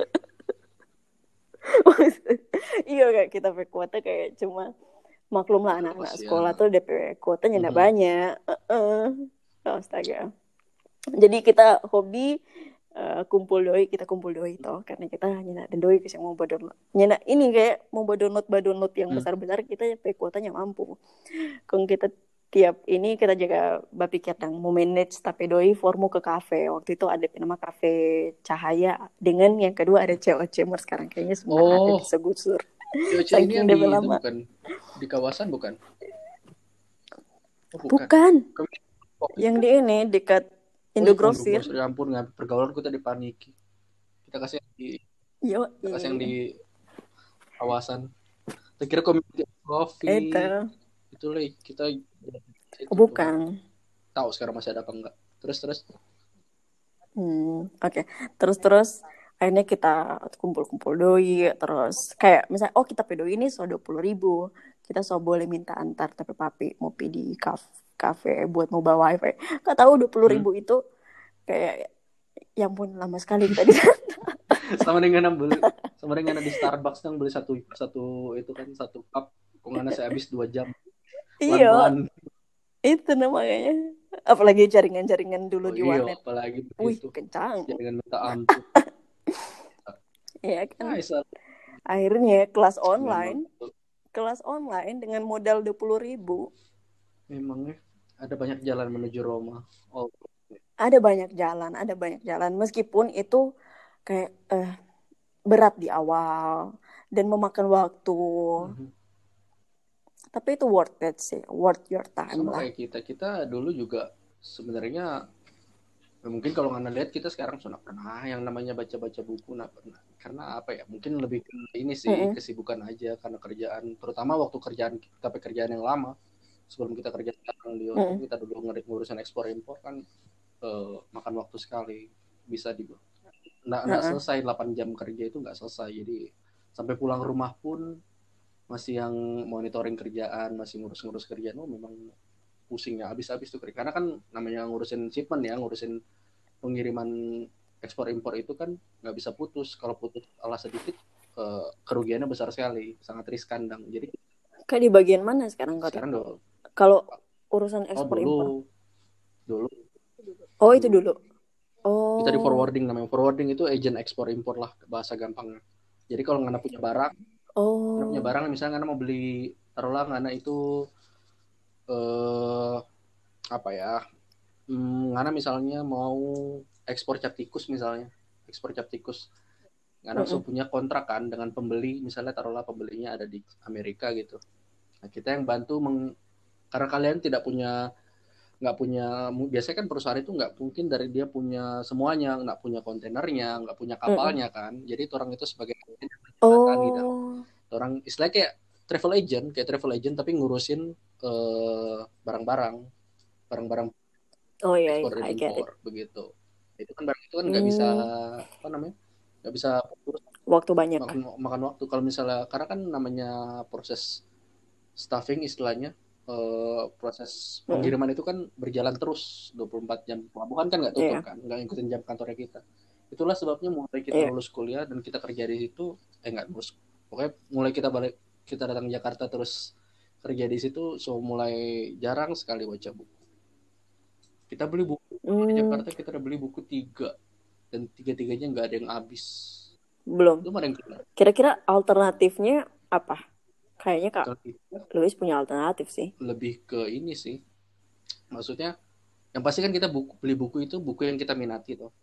Iya Kak, kita pakai kuota kayak cuma maklum lah anak-anak sekolah tuh DP kuota nyendak banyak. Astaga. Jadi kita hobi kumpul doi toh karena kita nyendak dan doi yang mau download. Nyendak ini kayak mau download yang besar-besar kita pakai kuotanya mampu. Kalau kita tiap ini kita jaga berpikir dong mau manage tapi doi formu ke kafe. Waktu itu ada nama kafe Cahaya dengan yang kedua ada CO Cemer sekarang kayaknya semua ada di segusur. CO ini yang di itu bukan di kawasan bukan? Bukan. Yang di ini dekat Indogrosir. Ya ampun, pergaulan kita dipaniki. Kita kasih yang di kawasan. Kita kira community coffee. Itu lah kita. Bukan. Tahu sekarang masih ada apa enggak? Terus. Oke. Terus akhirnya kita kumpul doi. Terus kayak misalnya kita pedoi ini 20.000. Kita boleh minta antar tapi papi mau di kafe buat mau bawa wifi. Gak tahu 20.000 itu kayak ya ampun lama sekali kita di sana. sama dengan di Starbucks yang beli satu itu kan satu cup kok nggak saya habis 2 jam. Iya. Itu namanya. Apalagi jaringan dulu di warnet. Apalagi begitu. Wih, kencang. Jaringan minta ampun. Iya kan. Akhirnya kelas online dengan modal 20.000. Memangnya ada banyak jalan menuju Roma. Ada banyak jalan meskipun itu kayak berat di awal dan memakan waktu. Tapi itu worth it sih, worth your time sama lah. Kayak kita dulu juga sebenarnya mungkin kalau nggak lihat kita sekarang sudah pernah yang namanya baca buku pernah. Karena apa ya? Mungkin lebih ke ini sih kesibukan aja karena kerjaan, terutama waktu kerjaan yang lama. Sebelum kita kerja sekarang di YouTube, kita dulu ngurusin ekspor impor kan makan waktu sekali. Bisa nggak selesai 8 jam kerja itu nggak selesai. Jadi sampai pulang rumah pun masih yang monitoring kerjaan, masih ngurus kerjaan. Memang pusingnya habis-habis tuh kerja. Karena kan namanya ngurusin shipment ya, ngurusin pengiriman ekspor impor itu kan nggak bisa putus. Kalau putus salah sedikit kerugiannya besar sekali, sangat riskan dong. Jadi Kak di bagian mana sekarang Kak? Kalau urusan ekspor impor? Dulu. Oh itu dulu. Kita di forwarding, namanya forwarding itu agent ekspor impor lah bahasa gampangnya. Jadi kalau Ngana punya barang, punya barang misalnya Ngana mau beli, taruhlah Ngana itu Ngana misalnya mau ekspor cap tikus misalnya, Ngana langsung punya kontrak kan dengan pembeli, misalnya taruhlah pembelinya ada di Amerika gitu. Nah kita yang bantu karena kalian nggak punya, biasanya kan perusahaan itu nggak mungkin dari dia punya semuanya, nggak punya kontainernya, nggak punya kapalnya kan. Jadi orang itu sebagai orang istilahnya kayak travel agent tapi ngurusin barang-barang ekspor dan impor begitu. Itu kan barang itu kan nggak bisa nggak bisa waktu banyak makan waktu kalau misalnya, karena kan namanya proses stuffing istilahnya, proses pengiriman itu kan berjalan terus 24 jam. Pelabuhan kan nggak tutup kan, nggak ngikutin jam kantornya kita. Itulah sebabnya mulai kita lulus kuliah dan kita kerja di situ, pokoknya mulai kita datang ke Jakarta terus kerja di situ, mulai jarang sekali baca buku. Kita beli buku di Jakarta, kita udah beli buku 3 dan 3-3-nya nggak ada yang habis. Belum. Kira-kira alternatifnya apa? Kayaknya Kak Louis punya alternatif sih. Lebih ke ini sih. Maksudnya yang pasti kan kita beli buku itu buku yang kita minati tuh.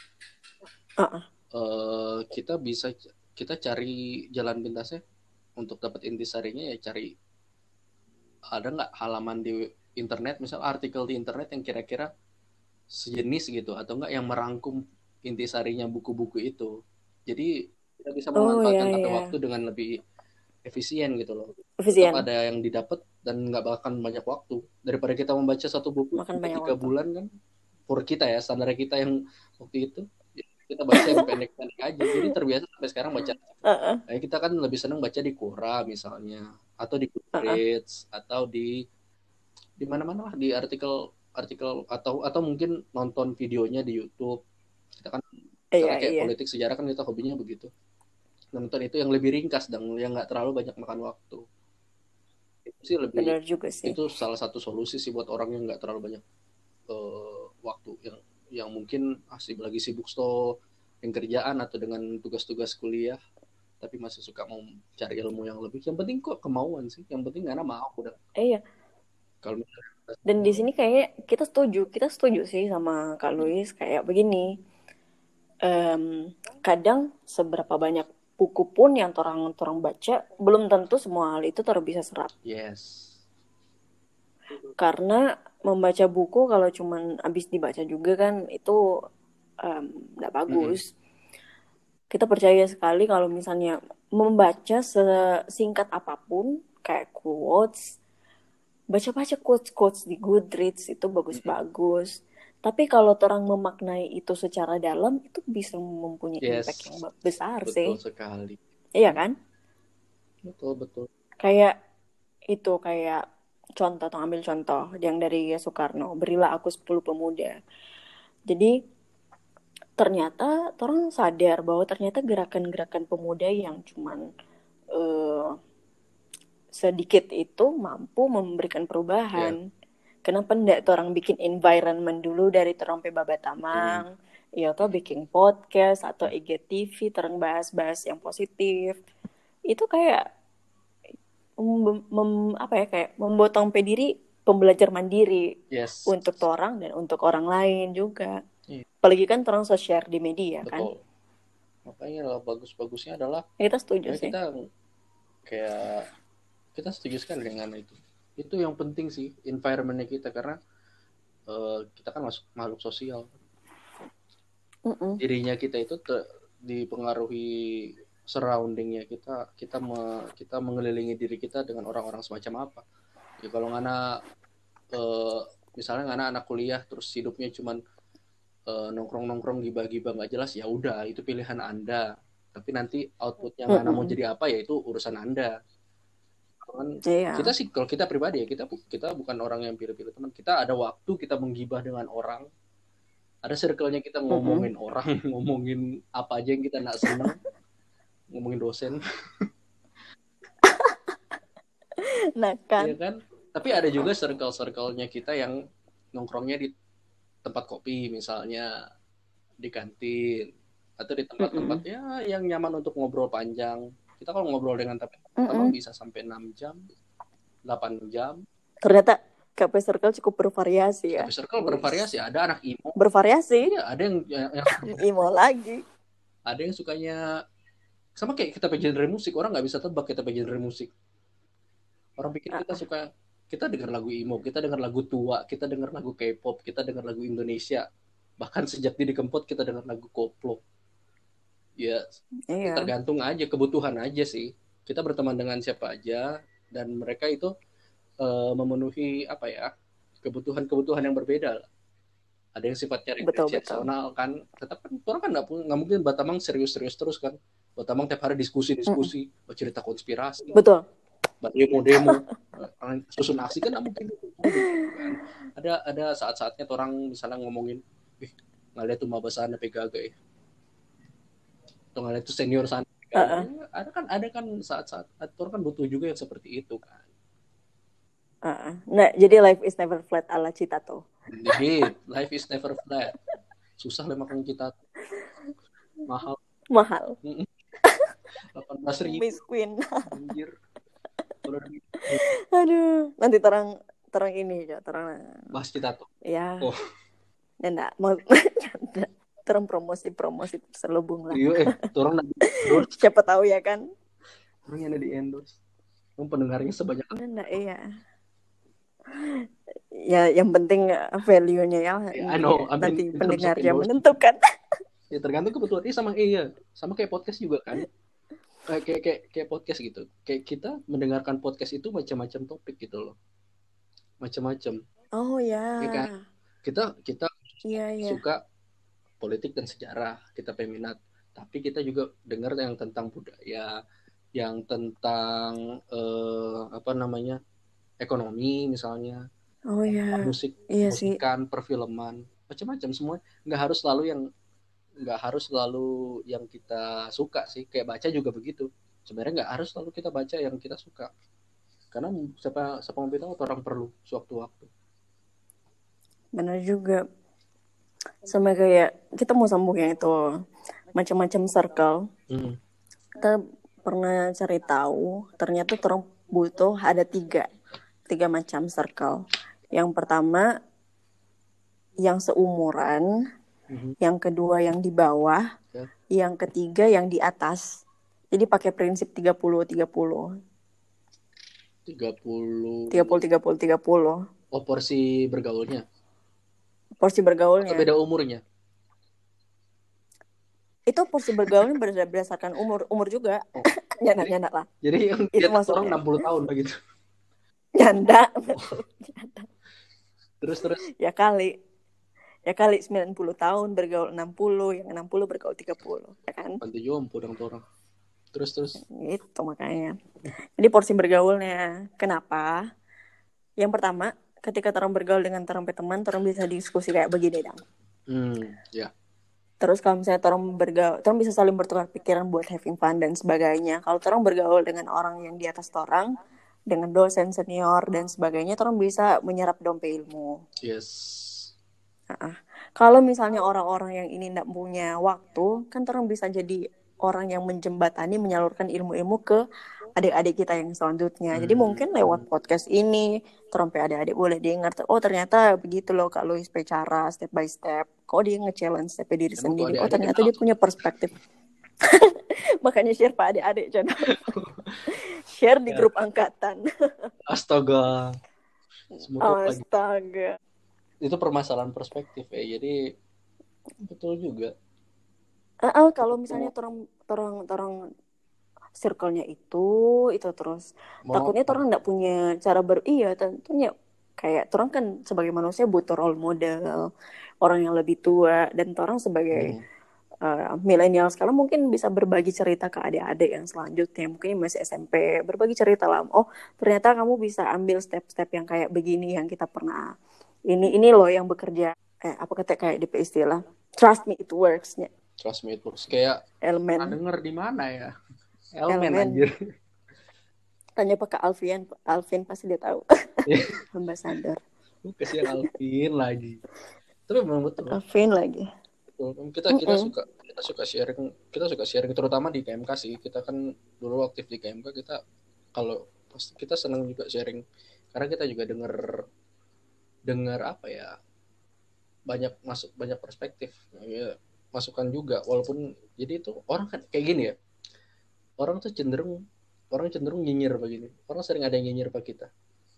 Kita cari jalan pintasnya untuk dapat intisarinya, ya cari ada nggak halaman di internet, misal artikel di internet yang kira-kira sejenis gitu, atau enggak yang merangkum intisarinya buku-buku itu. Jadi kita bisa memanfaatkan waktu dengan lebih efisien gitu loh. Tetap ada yang didapat dan nggak bahkan banyak waktu. Daripada kita membaca satu buku 3 bulan kan, for kita ya, standar kita yang waktu itu, kita baca yang pendek-pendek aja. Jadi terbiasa sampai sekarang baca. Kita kan lebih senang baca di Quora misalnya, atau di Goodreads, atau di mana-mana lah, di artikel atau mungkin nonton videonya di YouTube. Kita kan kayak politik sejarah kan kita hobinya begitu. Nonton itu yang lebih ringkas dan yang nggak terlalu banyak makan waktu. Itu sih lebih. Benar juga sih. Itu salah satu solusi sih buat orang yang nggak terlalu banyak waktu, yang mungkin lagi sibuk dengan kerjaan atau dengan tugas-tugas kuliah, tapi masih suka mau cari ilmu yang lebih. Yang penting kok kemauan sih. Yang penting karena mau udah. Kalau dan di sini kayak kita setuju sih sama Kak Luis kayak begini. Kadang seberapa banyak buku pun yang orang baca, belum tentu semua hal itu bisa serap. Yes. Karena membaca buku kalau cuman habis dibaca juga kan itu nggak bagus. Kita percaya sekali kalau misalnya membaca sesingkat apapun kayak quotes, baca-baca quotes di Goodreads itu bagus-bagus. Tapi kalau orang memaknai itu secara dalam, itu bisa mempunyai impact yang besar sih. Betul sekali. Iya kan? Betul. Kayak contoh, ambil contoh yang dari Soekarno, berilah aku 10 pemuda. Jadi ternyata orang sadar bahwa ternyata gerakan-gerakan pemuda yang cuman sedikit itu mampu memberikan perubahan. Kenapa enggak orang bikin environment dulu dari terang babat tamang, ya atau bikin podcast atau IGTV terang bahas-bahas yang positif. Itu kayak kayak membuat orang diri pembelajar mandiri untuk orang dan untuk orang lain juga. Apalagi kan orang share di media. Betul. Kan. Makanya bagus-bagusnya adalah kita setuju sih. Kita setuju sekali dengan itu. Itu yang penting sih, environment-nya kita, karena kita kan makhluk sosial. Dirinya kita itu dipengaruhi surrounding-nya kita mengelilingi diri kita dengan orang-orang semacam apa. Ya kalau ngana misalnya ngana anak kuliah terus hidupnya cuman nongkrong-nongkrong gibah-gibah nggak jelas, ya udah itu pilihan Anda. Tapi nanti outputnya ngana mau jadi apa ya itu urusan Anda. Kita sih kalau kita pribadi ya kita bukan orang yang pilih-pilih teman. Kita ada waktu kita menggibah dengan orang, ada circle-nya kita ngomongin orang, ngomongin apa aja yang kita nggak seneng, ngomongin dosen. Nah kan. Ya kan, tapi ada juga circle-nya kita yang nongkrongnya di tempat kopi misalnya, di kantin atau di tempat-tempat ya yang nyaman untuk ngobrol panjang. Kita kalau ngobrol dengan teman bisa sampai 6 jam, 8 jam. Ternyata KP Circle cukup bervariasi ya. KP Circle bervariasi, ada anak emo. Bervariasi? Iya, ada yang emo lagi. Ada yang sukanya sama kayak kita genre musik, orang nggak bisa tebak kita genre musik. Orang pikir kita dengar lagu emo, kita dengar lagu tua, kita dengar lagu K-pop, kita dengar lagu Indonesia. Bahkan sejak Didi Kempot kita dengar lagu koplo. Ya, tergantung aja, kebutuhan aja sih. Kita berteman dengan siapa aja dan mereka itu memenuhi kebutuhan yang berbeda. Ada yang sifatnya rekreasional kan, tetap kan orang kan nggak mungkin Batamang serius terus kan. Batamang tiap hari diskusi, cerita konspirasi. Betul. Demo, susun aksi kan nggak mungkin. Ada saat-saatnya orang misalnya ngomongin, ngeliat tuh mabasana PGG ya. Atau ngeliat tuh senior sana. Ada kan saat-saat orang kan butuh juga yang seperti itu kan. Nah, jadi life is never flat ala Citato. Indeed, life is never flat. Susah lah makan Citato. Mahal. 18.000. Miss Queen. Anjir. Aduh, nanti terang ini ya, terang bahas Citato. Ya. Oh. Nggak mau terang promosi terselubung lah. Iya, orang endorse. Siapa tahu ya kan. Orang yang ada di endorse. Pendengarnya sebanyak. Enggak, iya. Ya, yang penting value-nya ya, I know, I mean, nanti in terms of pendengarnya endorsement. menentukan. Ya tergantung kebetulan. Sama kayak podcast juga kan. Kayak podcast gitu. Kayak kita mendengarkan podcast itu macam-macam topik gitu loh. Macam-macam. Oh ya. Ya kan? Kita Iya. suka politik dan sejarah, kita peminat. Tapi kita juga dengar yang tentang budaya, yang tentang ekonomi misalnya, Oh ya. Iya sih. musikan, perfilman, macam-macam semua. Nggak harus selalu yang kita suka sih. Kayak baca juga begitu. Sebenarnya nggak harus selalu kita baca yang kita suka. Karena siapa mau bilang orang perlu sewaktu-waktu. Benar juga. Sama kayak kita mau sambung yang itu macam-macam circle. Kita pernah cari tahu ternyata orang butuh ada tiga macam circle. Yang pertama yang seumuran, yang kedua yang di bawah, yang ketiga yang di atas. Jadi pakai prinsip 30-30. 30. Oh, porsi bergaulnya. Atau beda umurnya? Itu porsi bergaulnya berdasarkan umur juga. Nyanda lah. Jadi yang itu orang 60 tahun begitu. Nyanda. Terus. Ya kali 90 tahun bergaul 60, yang 60 bergaul 30, ya kan? Panti jompo dong orang. Terus. Itu makanya. Jadi porsi bergaulnya. Kenapa? Yang pertama, ketika orang bergaul dengan orang teman, orang bisa diskusi kayak begini dong. Ya. Terus kalau misalnya orang bergaul, orang bisa saling bertukar pikiran buat having fun dan sebagainya. Kalau orang bergaul dengan orang yang di atas orang, dengan dosen senior dan sebagainya, orang bisa menyerap dompe ilmu. Yes. Kalau misalnya orang-orang yang ini tidak punya waktu, kan orang bisa jadi orang yang menjembatani, menyalurkan ilmu-ilmu ke adik-adik kita yang selanjutnya. Jadi mungkin lewat podcast ini, terus adik-adik boleh dengar, oh ternyata begitu loh kalau cara step by step. Kok dia nge-challenge step diri sendiri. Oh ternyata dia punya perspektif. Makanya share pak adik-adik channel. Share di grup angkatan. Astaga. Astaga. Itu permasalahan perspektif ya. Jadi betul juga. Kalau misalnya orang circle-nya itu terus takutnya orang nggak punya cara tentunya kayak orang kan sebagai manusia butuh role model, orang yang lebih tua, dan orang sebagai milenial sekarang mungkin bisa berbagi cerita ke adik-adik yang selanjutnya, mungkin masih SMP, berbagi cerita lah. Oh ternyata kamu bisa ambil step-step yang kayak begini yang kita pernah ini loh yang bekerja kayak DP istilah trust me it works nya. Trust me it works kayak elemen. Denger di mana ya? Elemen anjir. Tanya Pak Alvin pasti dia tahu. Ambassador. Kasihan Alvin lagi. Tapi memang betul. Alvin lagi. Betul. Kita suka sharing terutama di KMK sih. Kita kan dulu aktif di KMK, kita senang juga sharing karena kita juga dengar apa ya, banyak perspektif ya, masukan juga. Walaupun jadi itu orang kan kayak gini ya, orang cenderung nyinyir begini, orang sering ada yang nyinyir pak kita.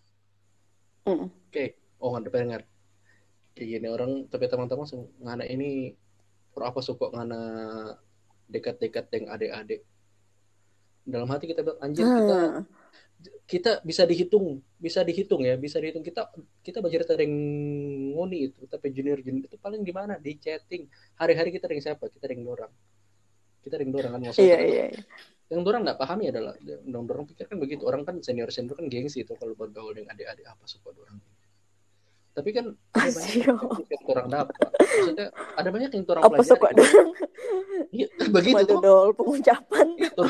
Oke. Oh nggak dengar kayak gini orang, tapi teman-teman ngana ini apa suka ngana dekat-dekat dengan adik-adik. Dalam hati kita bilang anjir, kita bisa dihitung kita bercerita dengan ngoni itu, tapi junior itu paling di mana, di chatting hari-hari kita dengan siapa, kita dengan dorang kan maksudnya. Iya. Yang dorang nggak pahami adalah dorang pikir kan begitu, orang kan senior kan gengsi itu kalau bergaul dengan adik-adik apa suka dorang. Tapi kan ada banyak yang orang dapat, maksudnya ada banyak yang orang pelajari. Apa suka dorang? Iya begitu tuh. Dodol pengucapan.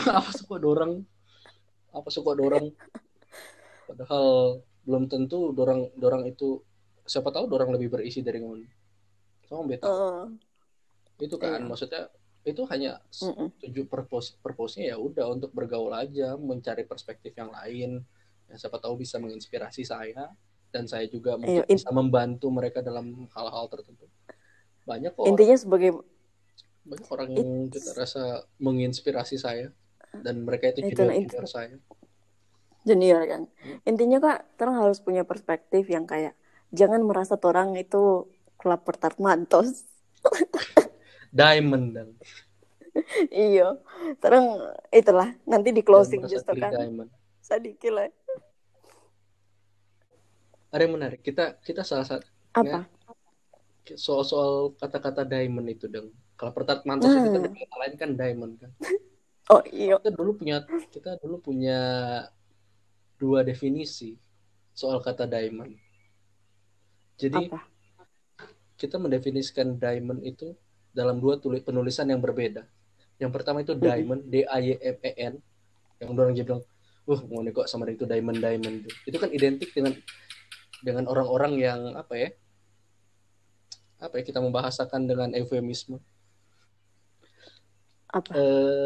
Apa suka dorang? Padahal belum tentu dorang itu, siapa tahu dorang lebih berisi dari ngoni. Sama beta. Itu kan maksudnya itu hanya tujuh purpose-nya ya udah untuk bergaul aja, mencari perspektif yang lain. Ya, siapa tahu bisa menginspirasi saya, dan saya juga mungkin bisa membantu mereka dalam hal-hal tertentu. Banyak kok. Intinya banyak orang yang kita rasa menginspirasi saya, dan mereka itu juga menginspirasi saya. junior kan. Intinya kak, terang harus punya perspektif yang kayak jangan merasa orang itu kelap pertat mantos. Diamond dan Iya, terang itulah nanti di jangan closing merasa justru diri kan diamond. sedikit lah. Ada yang menarik. Kita salah satu Apa? soal kata-kata diamond itu dong. Kalau pertat mantos itu kan kata lain kan diamond kan. Oh iya. Kita dulu punya dua definisi soal kata diamond. Jadi Apa? kita mendefinisikan diamond itu dalam dua penulisan yang berbeda. Yang pertama itu diamond, D-I-Y-M-E-N, yang orang bilang, mau nih kok sama itu diamond. Itu kan identik dengan orang-orang yang apa ya kita membahasakan dengan eufemisme. Apa?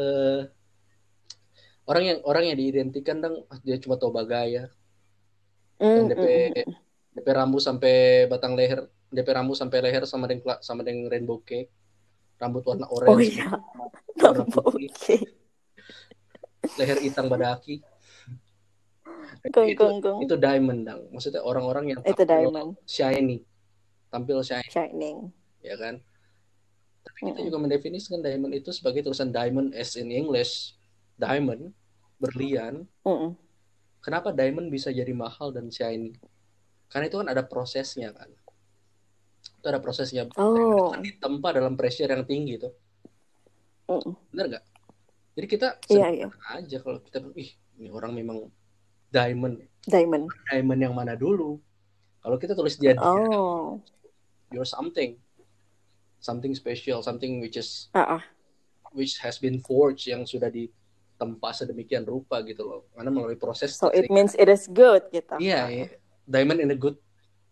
Orang yang diidentikan dia cuma tahu bagaya. Yang DP rambut sampai batang leher, DP rambut sampai leher sama dengan rainbow cake. Rambut warna orange. Oh iya. Warna putih. Okay. Leher itang badaki. Itu diamond dang. Maksudnya orang-orang yang tampil shining. Ya kan? Tapi kita juga mendefinisikan diamond itu sebagai tulisan diamond as in English. Diamond, berlian. Kenapa diamond bisa jadi mahal dan shiny? Karena itu kan ada prosesnya kan. Itu ada prosesnya. Itu kan ditempa dalam pressure yang tinggi tuh. Benar nggak? Jadi kita aja kalau kita ini orang memang diamond yang mana dulu. Kalau kita tulis dia you're something special, something which has been forged, yang sudah ditempa sedemikian rupa gitu loh. Karena melalui proses. So it means it is good gitu. Iya, diamond in a good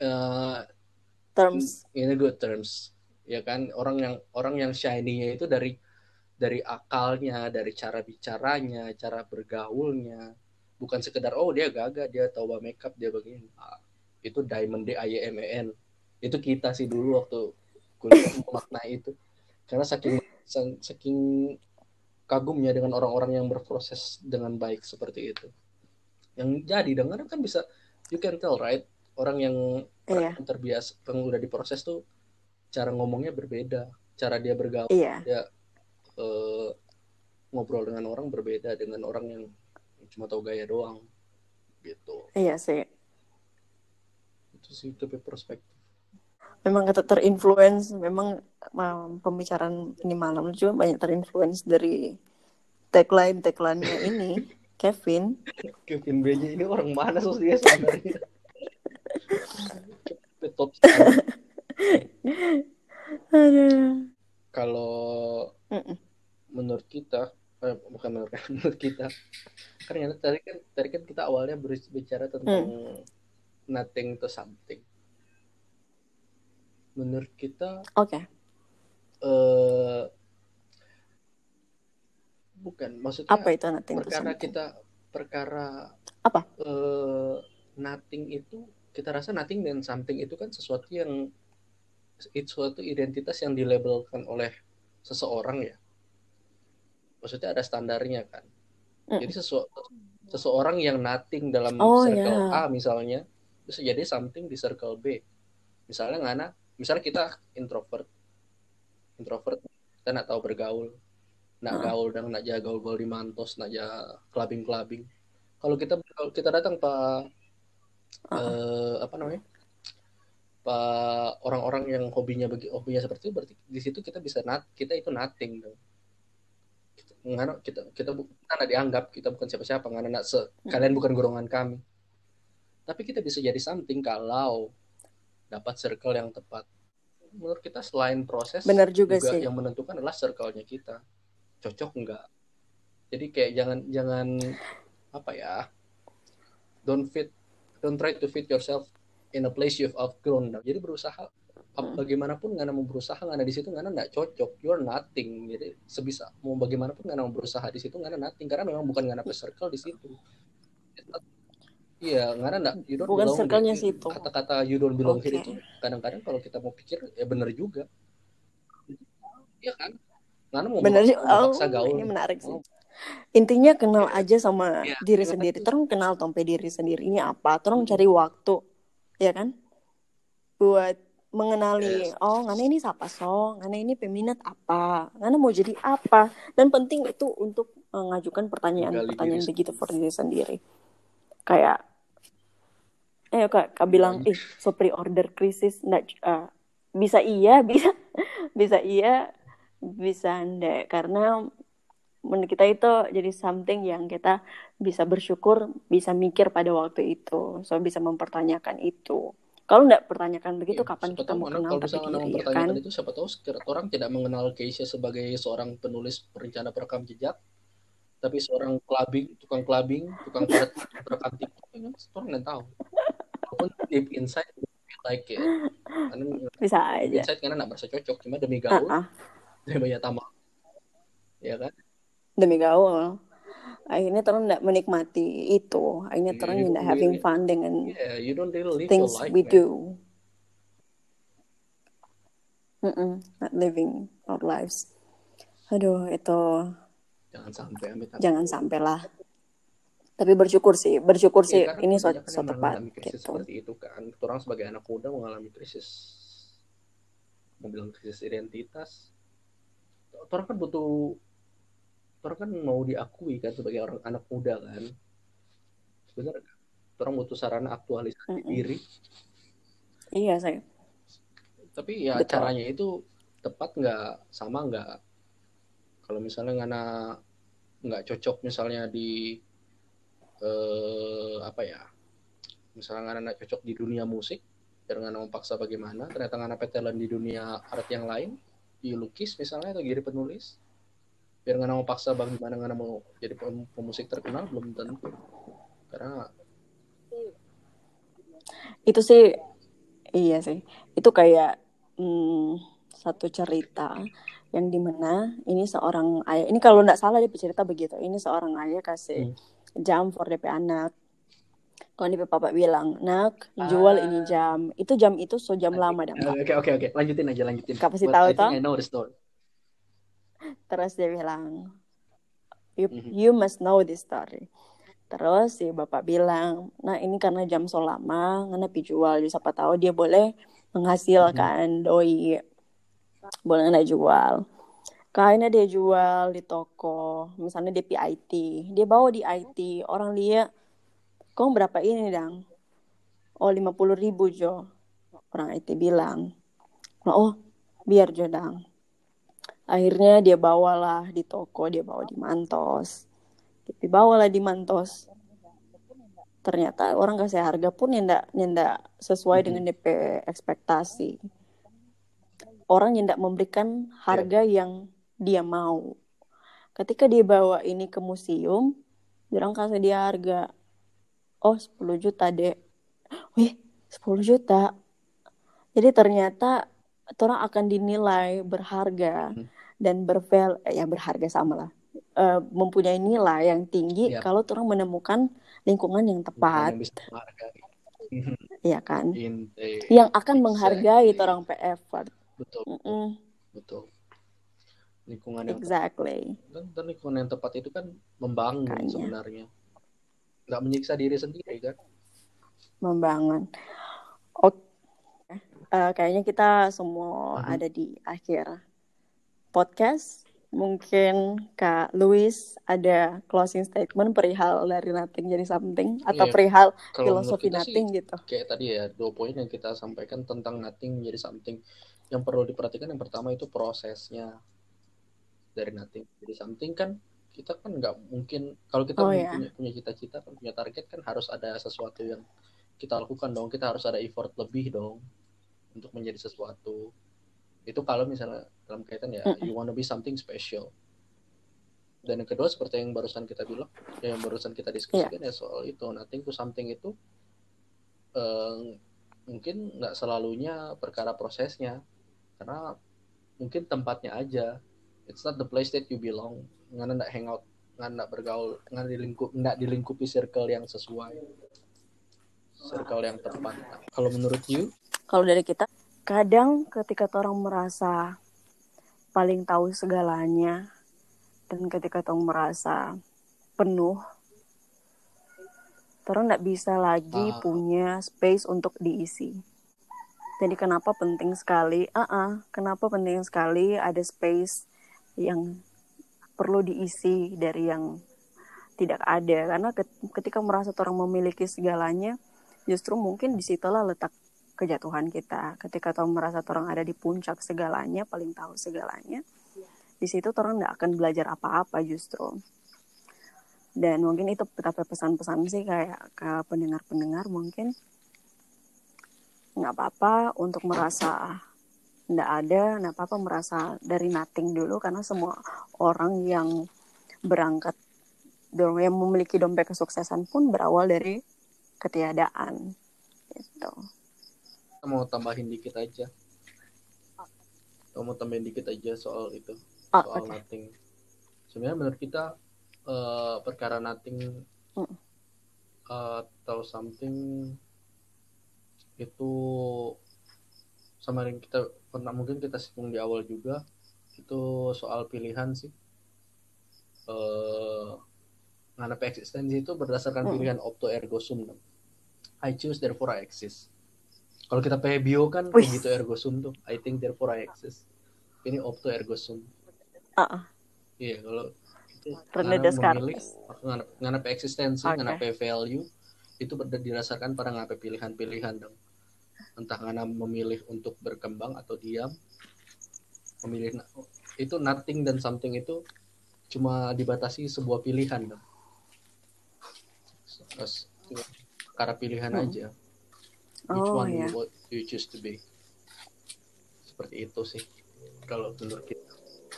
terms. In a good terms. Ya kan, orang yang shiny-nya itu dari akalnya, dari cara bicaranya, cara bergaulnya. Bukan sekedar dia gagah, dia tahu bawa makeup, dia begini. Itu diamond, D-I-Y-M-E-N. Itu kita sih dulu waktu kuliah memaknai itu. Karena saking kagumnya dengan orang-orang yang berproses dengan baik seperti itu. Yang jadi dengan kan bisa, you can tell right, orang yang terbiasa, yang udah diproses tuh cara ngomongnya berbeda, cara dia bergaul, dia ngobrol dengan orang berbeda dengan orang yang cuma tahu gaya doang gitu. Iya sih. Itu sih perspektif. Memang kita terinfluence, memang pembicaraan ini malam juga banyak terinfluence dari tagline-nya ini. Kevin BJ ini orang mana dia sebenarnya? Top. Kalau menurut kita, bukan menurut kita, karena tadi kan kita awalnya berbicara tentang nothing to something. Menurut kita, bukan, maksudnya apa itu nothing perkara apa? Nothing itu, kita rasa nothing dan something itu kan sesuatu identitas yang dilabelkan oleh seseorang ya. Maksudnya ada standarnya kan. Jadi seseorang yang nothing dalam circle A misalnya, bisa jadi something di circle B. Misalnya kita introvert, kita nak tahu bergaul, nak gaul dan nak jaga gaul di mantos, nak jaga clubbing. Kalau kita datang pak orang-orang yang hobinya seperti itu, berarti di situ kita bisa kita itu nothing dong. Karena kita bukan dianggap, kita bukan siapa-siapa, karena kalian bukan golongan kami. Tapi kita bisa jadi something kalau dapat circle yang tepat. Menurut kita selain proses, benar juga sih, yang menentukan adalah circle-nya kita. Cocok enggak? Jadi kayak jangan don't try to fit yourself in a place you've outgrown. Jadi berusaha bagaimanapun ngana mau berusaha, ngana di situ ngana nggak cocok, you're nothing. Jadi sebisa mau bagaimanapun ngana mau berusaha di situ ngana nothing, karena memang bukan ngana circle di situ. Iya, ngana nggak, you don't bukan belong. Circle-nya situ. Kata-kata you don't belong here itu kadang-kadang kalau kita mau pikir ya benar juga. Iya kan? Ngana mau maksa gaul. Ini menarik sih. Intinya kenal aja sama Iya, diri karena sendiri. itu Terus kenal tompe diri sendiri ini apa. Terus cari waktu, ya kan? Buat mengenali, yes. ngana ini siapa so, ngana ini peminat apa, ngana mau jadi apa. Dan penting itu untuk mengajukan Menggali diri pertanyaan-pertanyaan begitu sendiri. for diri sendiri. Kayak kak bilang, Banyak. so pre-order krisis, bisa iya, bisa iya, bisa enggak. Karena menurut kita itu jadi something yang kita bisa bersyukur, bisa mikir pada waktu itu, so bisa mempertanyakan itu. Kalau nggak pertanyakan begitu, Iya, kapan siapa kita tahu mau mana kenal kalau tapi misalnya Anda diri, ya mempertanyakan kan? itu, siapa tahu orang tidak mengenal Keisha sebagai seorang penulis perencana perekam jejak, tapi seorang tukang clubbing, tukang perekam TikTok, kan orang nggak tahu. Walaupun deep inside like it, karena Bisa deep aja. inside karena nggak merasa cocok, cuma demi gaul, Uh-uh. demi banyak tamak, ya kan? Demi gaul. Akhirnya terus nggak menikmati itu. Akhirnya terus You nggak don't having really, fun dengan yeah, you don't really live your things life, we man. do. Not living our lives. Aduh, itu Jangan sampai amit-amit. jangan sampai lah. Tapi bersyukur sih Ya, karena ini kebanyakan so yang tepat mengalami krisis gitu. seperti itu kan. Orang sebagai anak muda mengalami krisis, mau bilang krisis identitas. Orang kan mau diakui kan sebagai orang anak muda kan. Benar kan? Orang butuh sarana aktualisasi diri. Iya saya. Tapi ya Betul. caranya itu tepat nggak, sama nggak. Kalau misalnya ngana nggak cocok misalnya di misalnya ngana nggak cocok di dunia musik, biar ngana memaksa bagaimana, ternyata ngana petelan di dunia art yang lain, di lukis misalnya atau jadi penulis, biar ngana mau paksa bagaimana ngana mau jadi pemusik terkenal, belum tentu. Karena itu sih iya sih, itu kayak satu cerita yang dimana ini seorang ayah, ini kalau nggak salah dia bercerita begitu, ini seorang ayah kasih jam for DP anak. Kalau DP papa bilang, nak jual ini jam, itu so jam lama dah mbak. Oke, lanjutin aja. Kapasi But tahu I think toh? I know the story. Terus dia bilang, you must know this story. Terus si bapak bilang, nah ini karena jam so lama, ngana pi jual, jadi siapa tahu dia boleh menghasilkan doi, boleh ngana jual. Kayaknya dia jual di toko, misalnya dia pi IT, dia bawa di IT, orang lihat, kok berapa ini dang? Oh 50.000 jo, orang IT bilang, oh biar jo dang. Akhirnya dia bawalah di toko, dia bawa di Mantos, dibawalah di Mantos. Ternyata orang kasih harga pun nyendak sesuai dengan DP ekspektasi. Orang nyendak memberikan harga yang dia mau. Ketika dia bawa ini ke museum, orang kasih dia harga, 10 juta dek. Wih, 10 juta. Jadi ternyata orang akan dinilai berharga dan berharga sama lah. Mempunyai nilai yang tinggi kalau orang menemukan lingkungan yang tepat. Yang bisa menghargai. Iya kan? Yang akan menghargai orang effort. Betul. Lingkungan yang exactly. Dan lingkungan yang tepat itu kan membangun sebenarnya. Nggak menyiksa diri sendiri kan? Membangun. Oke. Kayaknya kita semua ada di akhir podcast. Mungkin Kak Louis ada closing statement perihal dari nothing jadi something atau perihal filosofi nothing sih, gitu. Kayak tadi ya 2 poin yang kita sampaikan tentang nothing menjadi something. Yang perlu diperhatikan yang pertama itu prosesnya dari nothing jadi something kan. Kita kan nggak mungkin kalau kita punya cita-cita kan, punya target kan, harus ada sesuatu yang kita lakukan dong. Kita harus ada effort lebih dong untuk menjadi sesuatu. Itu kalau misalnya dalam kaitan ya you wanna be something special. Dan yang kedua seperti yang barusan kita bilang, yang barusan kita diskusikan ya soal itu nothing to something itu mungkin nggak selalunya perkara prosesnya, karena mungkin tempatnya aja. It's not the place that you belong. Ngana nggak hangout, ngana nggak bergaul, nggak dilingkupi circle yang sesuai, circle yang tepat. Kalau menurut you? Kalau dari kita, kadang ketika orang merasa paling tahu segalanya, Dan ketika tong merasa penuh, orang nggak bisa lagi punya space untuk diisi. Jadi kenapa penting sekali ada space yang perlu diisi dari yang tidak ada. Karena ketika merasa orang memiliki segalanya, justru mungkin disitulah letak kejatuhan kita. Ketika orang merasa orang ada di puncak segalanya, paling tahu segalanya, di situ orang nggak akan belajar apa-apa justru. Dan mungkin itu betapa pesan-pesan sih kayak ke pendengar-pendengar, mungkin nggak apa-apa untuk merasa nggak apa-apa merasa dari nothing dulu, karena semua orang yang berangkat yang memiliki dompet kesuksesan pun berawal dari ketiadaan gitu. Mau tambahin dikit aja soal itu, soal nothing. Sebenarnya menurut kita perkara nothing atau something itu sama yang kita mungkin kita singgung di awal juga, itu soal pilihan sih. Menghadapi eksistensi itu berdasarkan pilihan opto ergo sum. I choose therefore I exist. Kalau kita pakai bio kan begitu ergo sum tuh, I think therefore I exist. Ini opto ergo sum. Iya, kalau itu memilih menghadapi eksistensi, menghadapi value itu didasarkan pada ngapain pilihan-pilihan dong. Entah karena memilih untuk berkembang atau diam, memilih itu nothing dan something itu cuma dibatasi sebuah pilihan dong. Terus karena pilihan aja. Which one you choose to be? Seperti itu sih kalau menurut kita.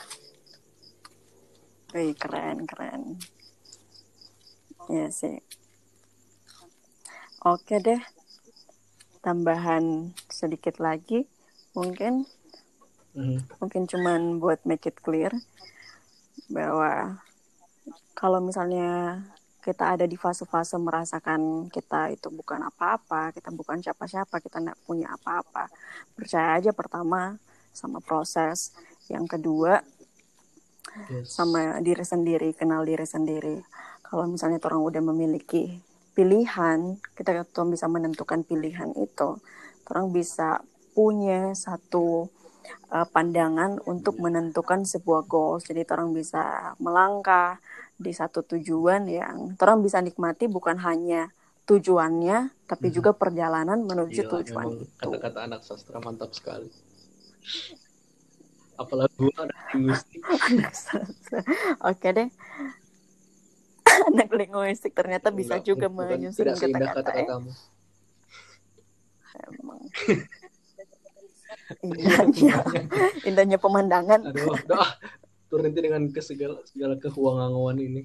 Keren. Ya sih. Oke deh. Tambahan sedikit lagi mungkin cuman buat make it clear bahwa kalau misalnya kita ada di fase-fase merasakan kita itu bukan apa-apa, kita bukan siapa-siapa, kita nggak punya apa-apa, percaya aja pertama sama proses, yang kedua sama diri sendiri, kenal diri sendiri. Kalau misalnya orang udah memiliki pilihan, kita bisa menentukan pilihan itu, orang bisa punya satu pandangan untuk menentukan sebuah goals. Jadi orang bisa melangkah di satu tujuan yang orang bisa nikmati, bukan hanya tujuannya tapi juga perjalanan menuju tujuan itu. Kata-kata anak sastra mantap sekali. Apalagi gue anak linguistik. Oke deh. Anak linguistik ternyata bisa juga menyusun kata-kata ya. Emang. Indahnya pemandangan. Aduh, turun dengan segala kehuangan ini.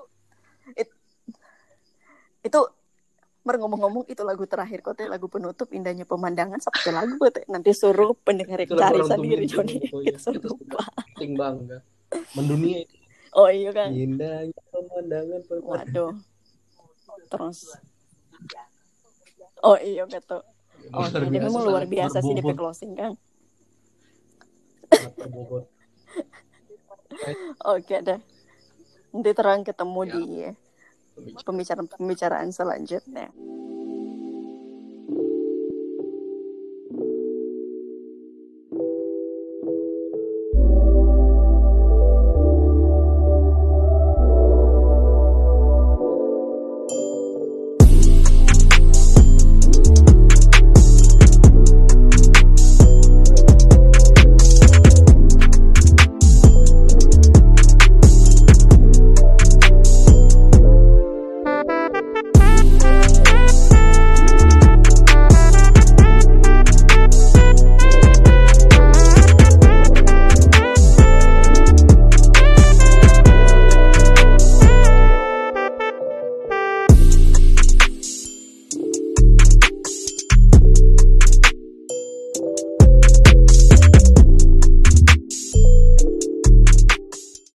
Itu ngomong-ngomong itu lagu terakhir kok, lagu penutup Indahnya Pemandangan, sampai lagu teh nanti suruh pendengar cari sendiri Joni. Kita lupa. Penting banget. Mendunia itu. Oh iya kan. Indahnya pemandangan. Waduh. Terus. Oh iya betul. Oh, jadi memang luar biasa sih DP closing kan. Oke deh. Nanti terang ketemu di pembicaraan selanjutnya.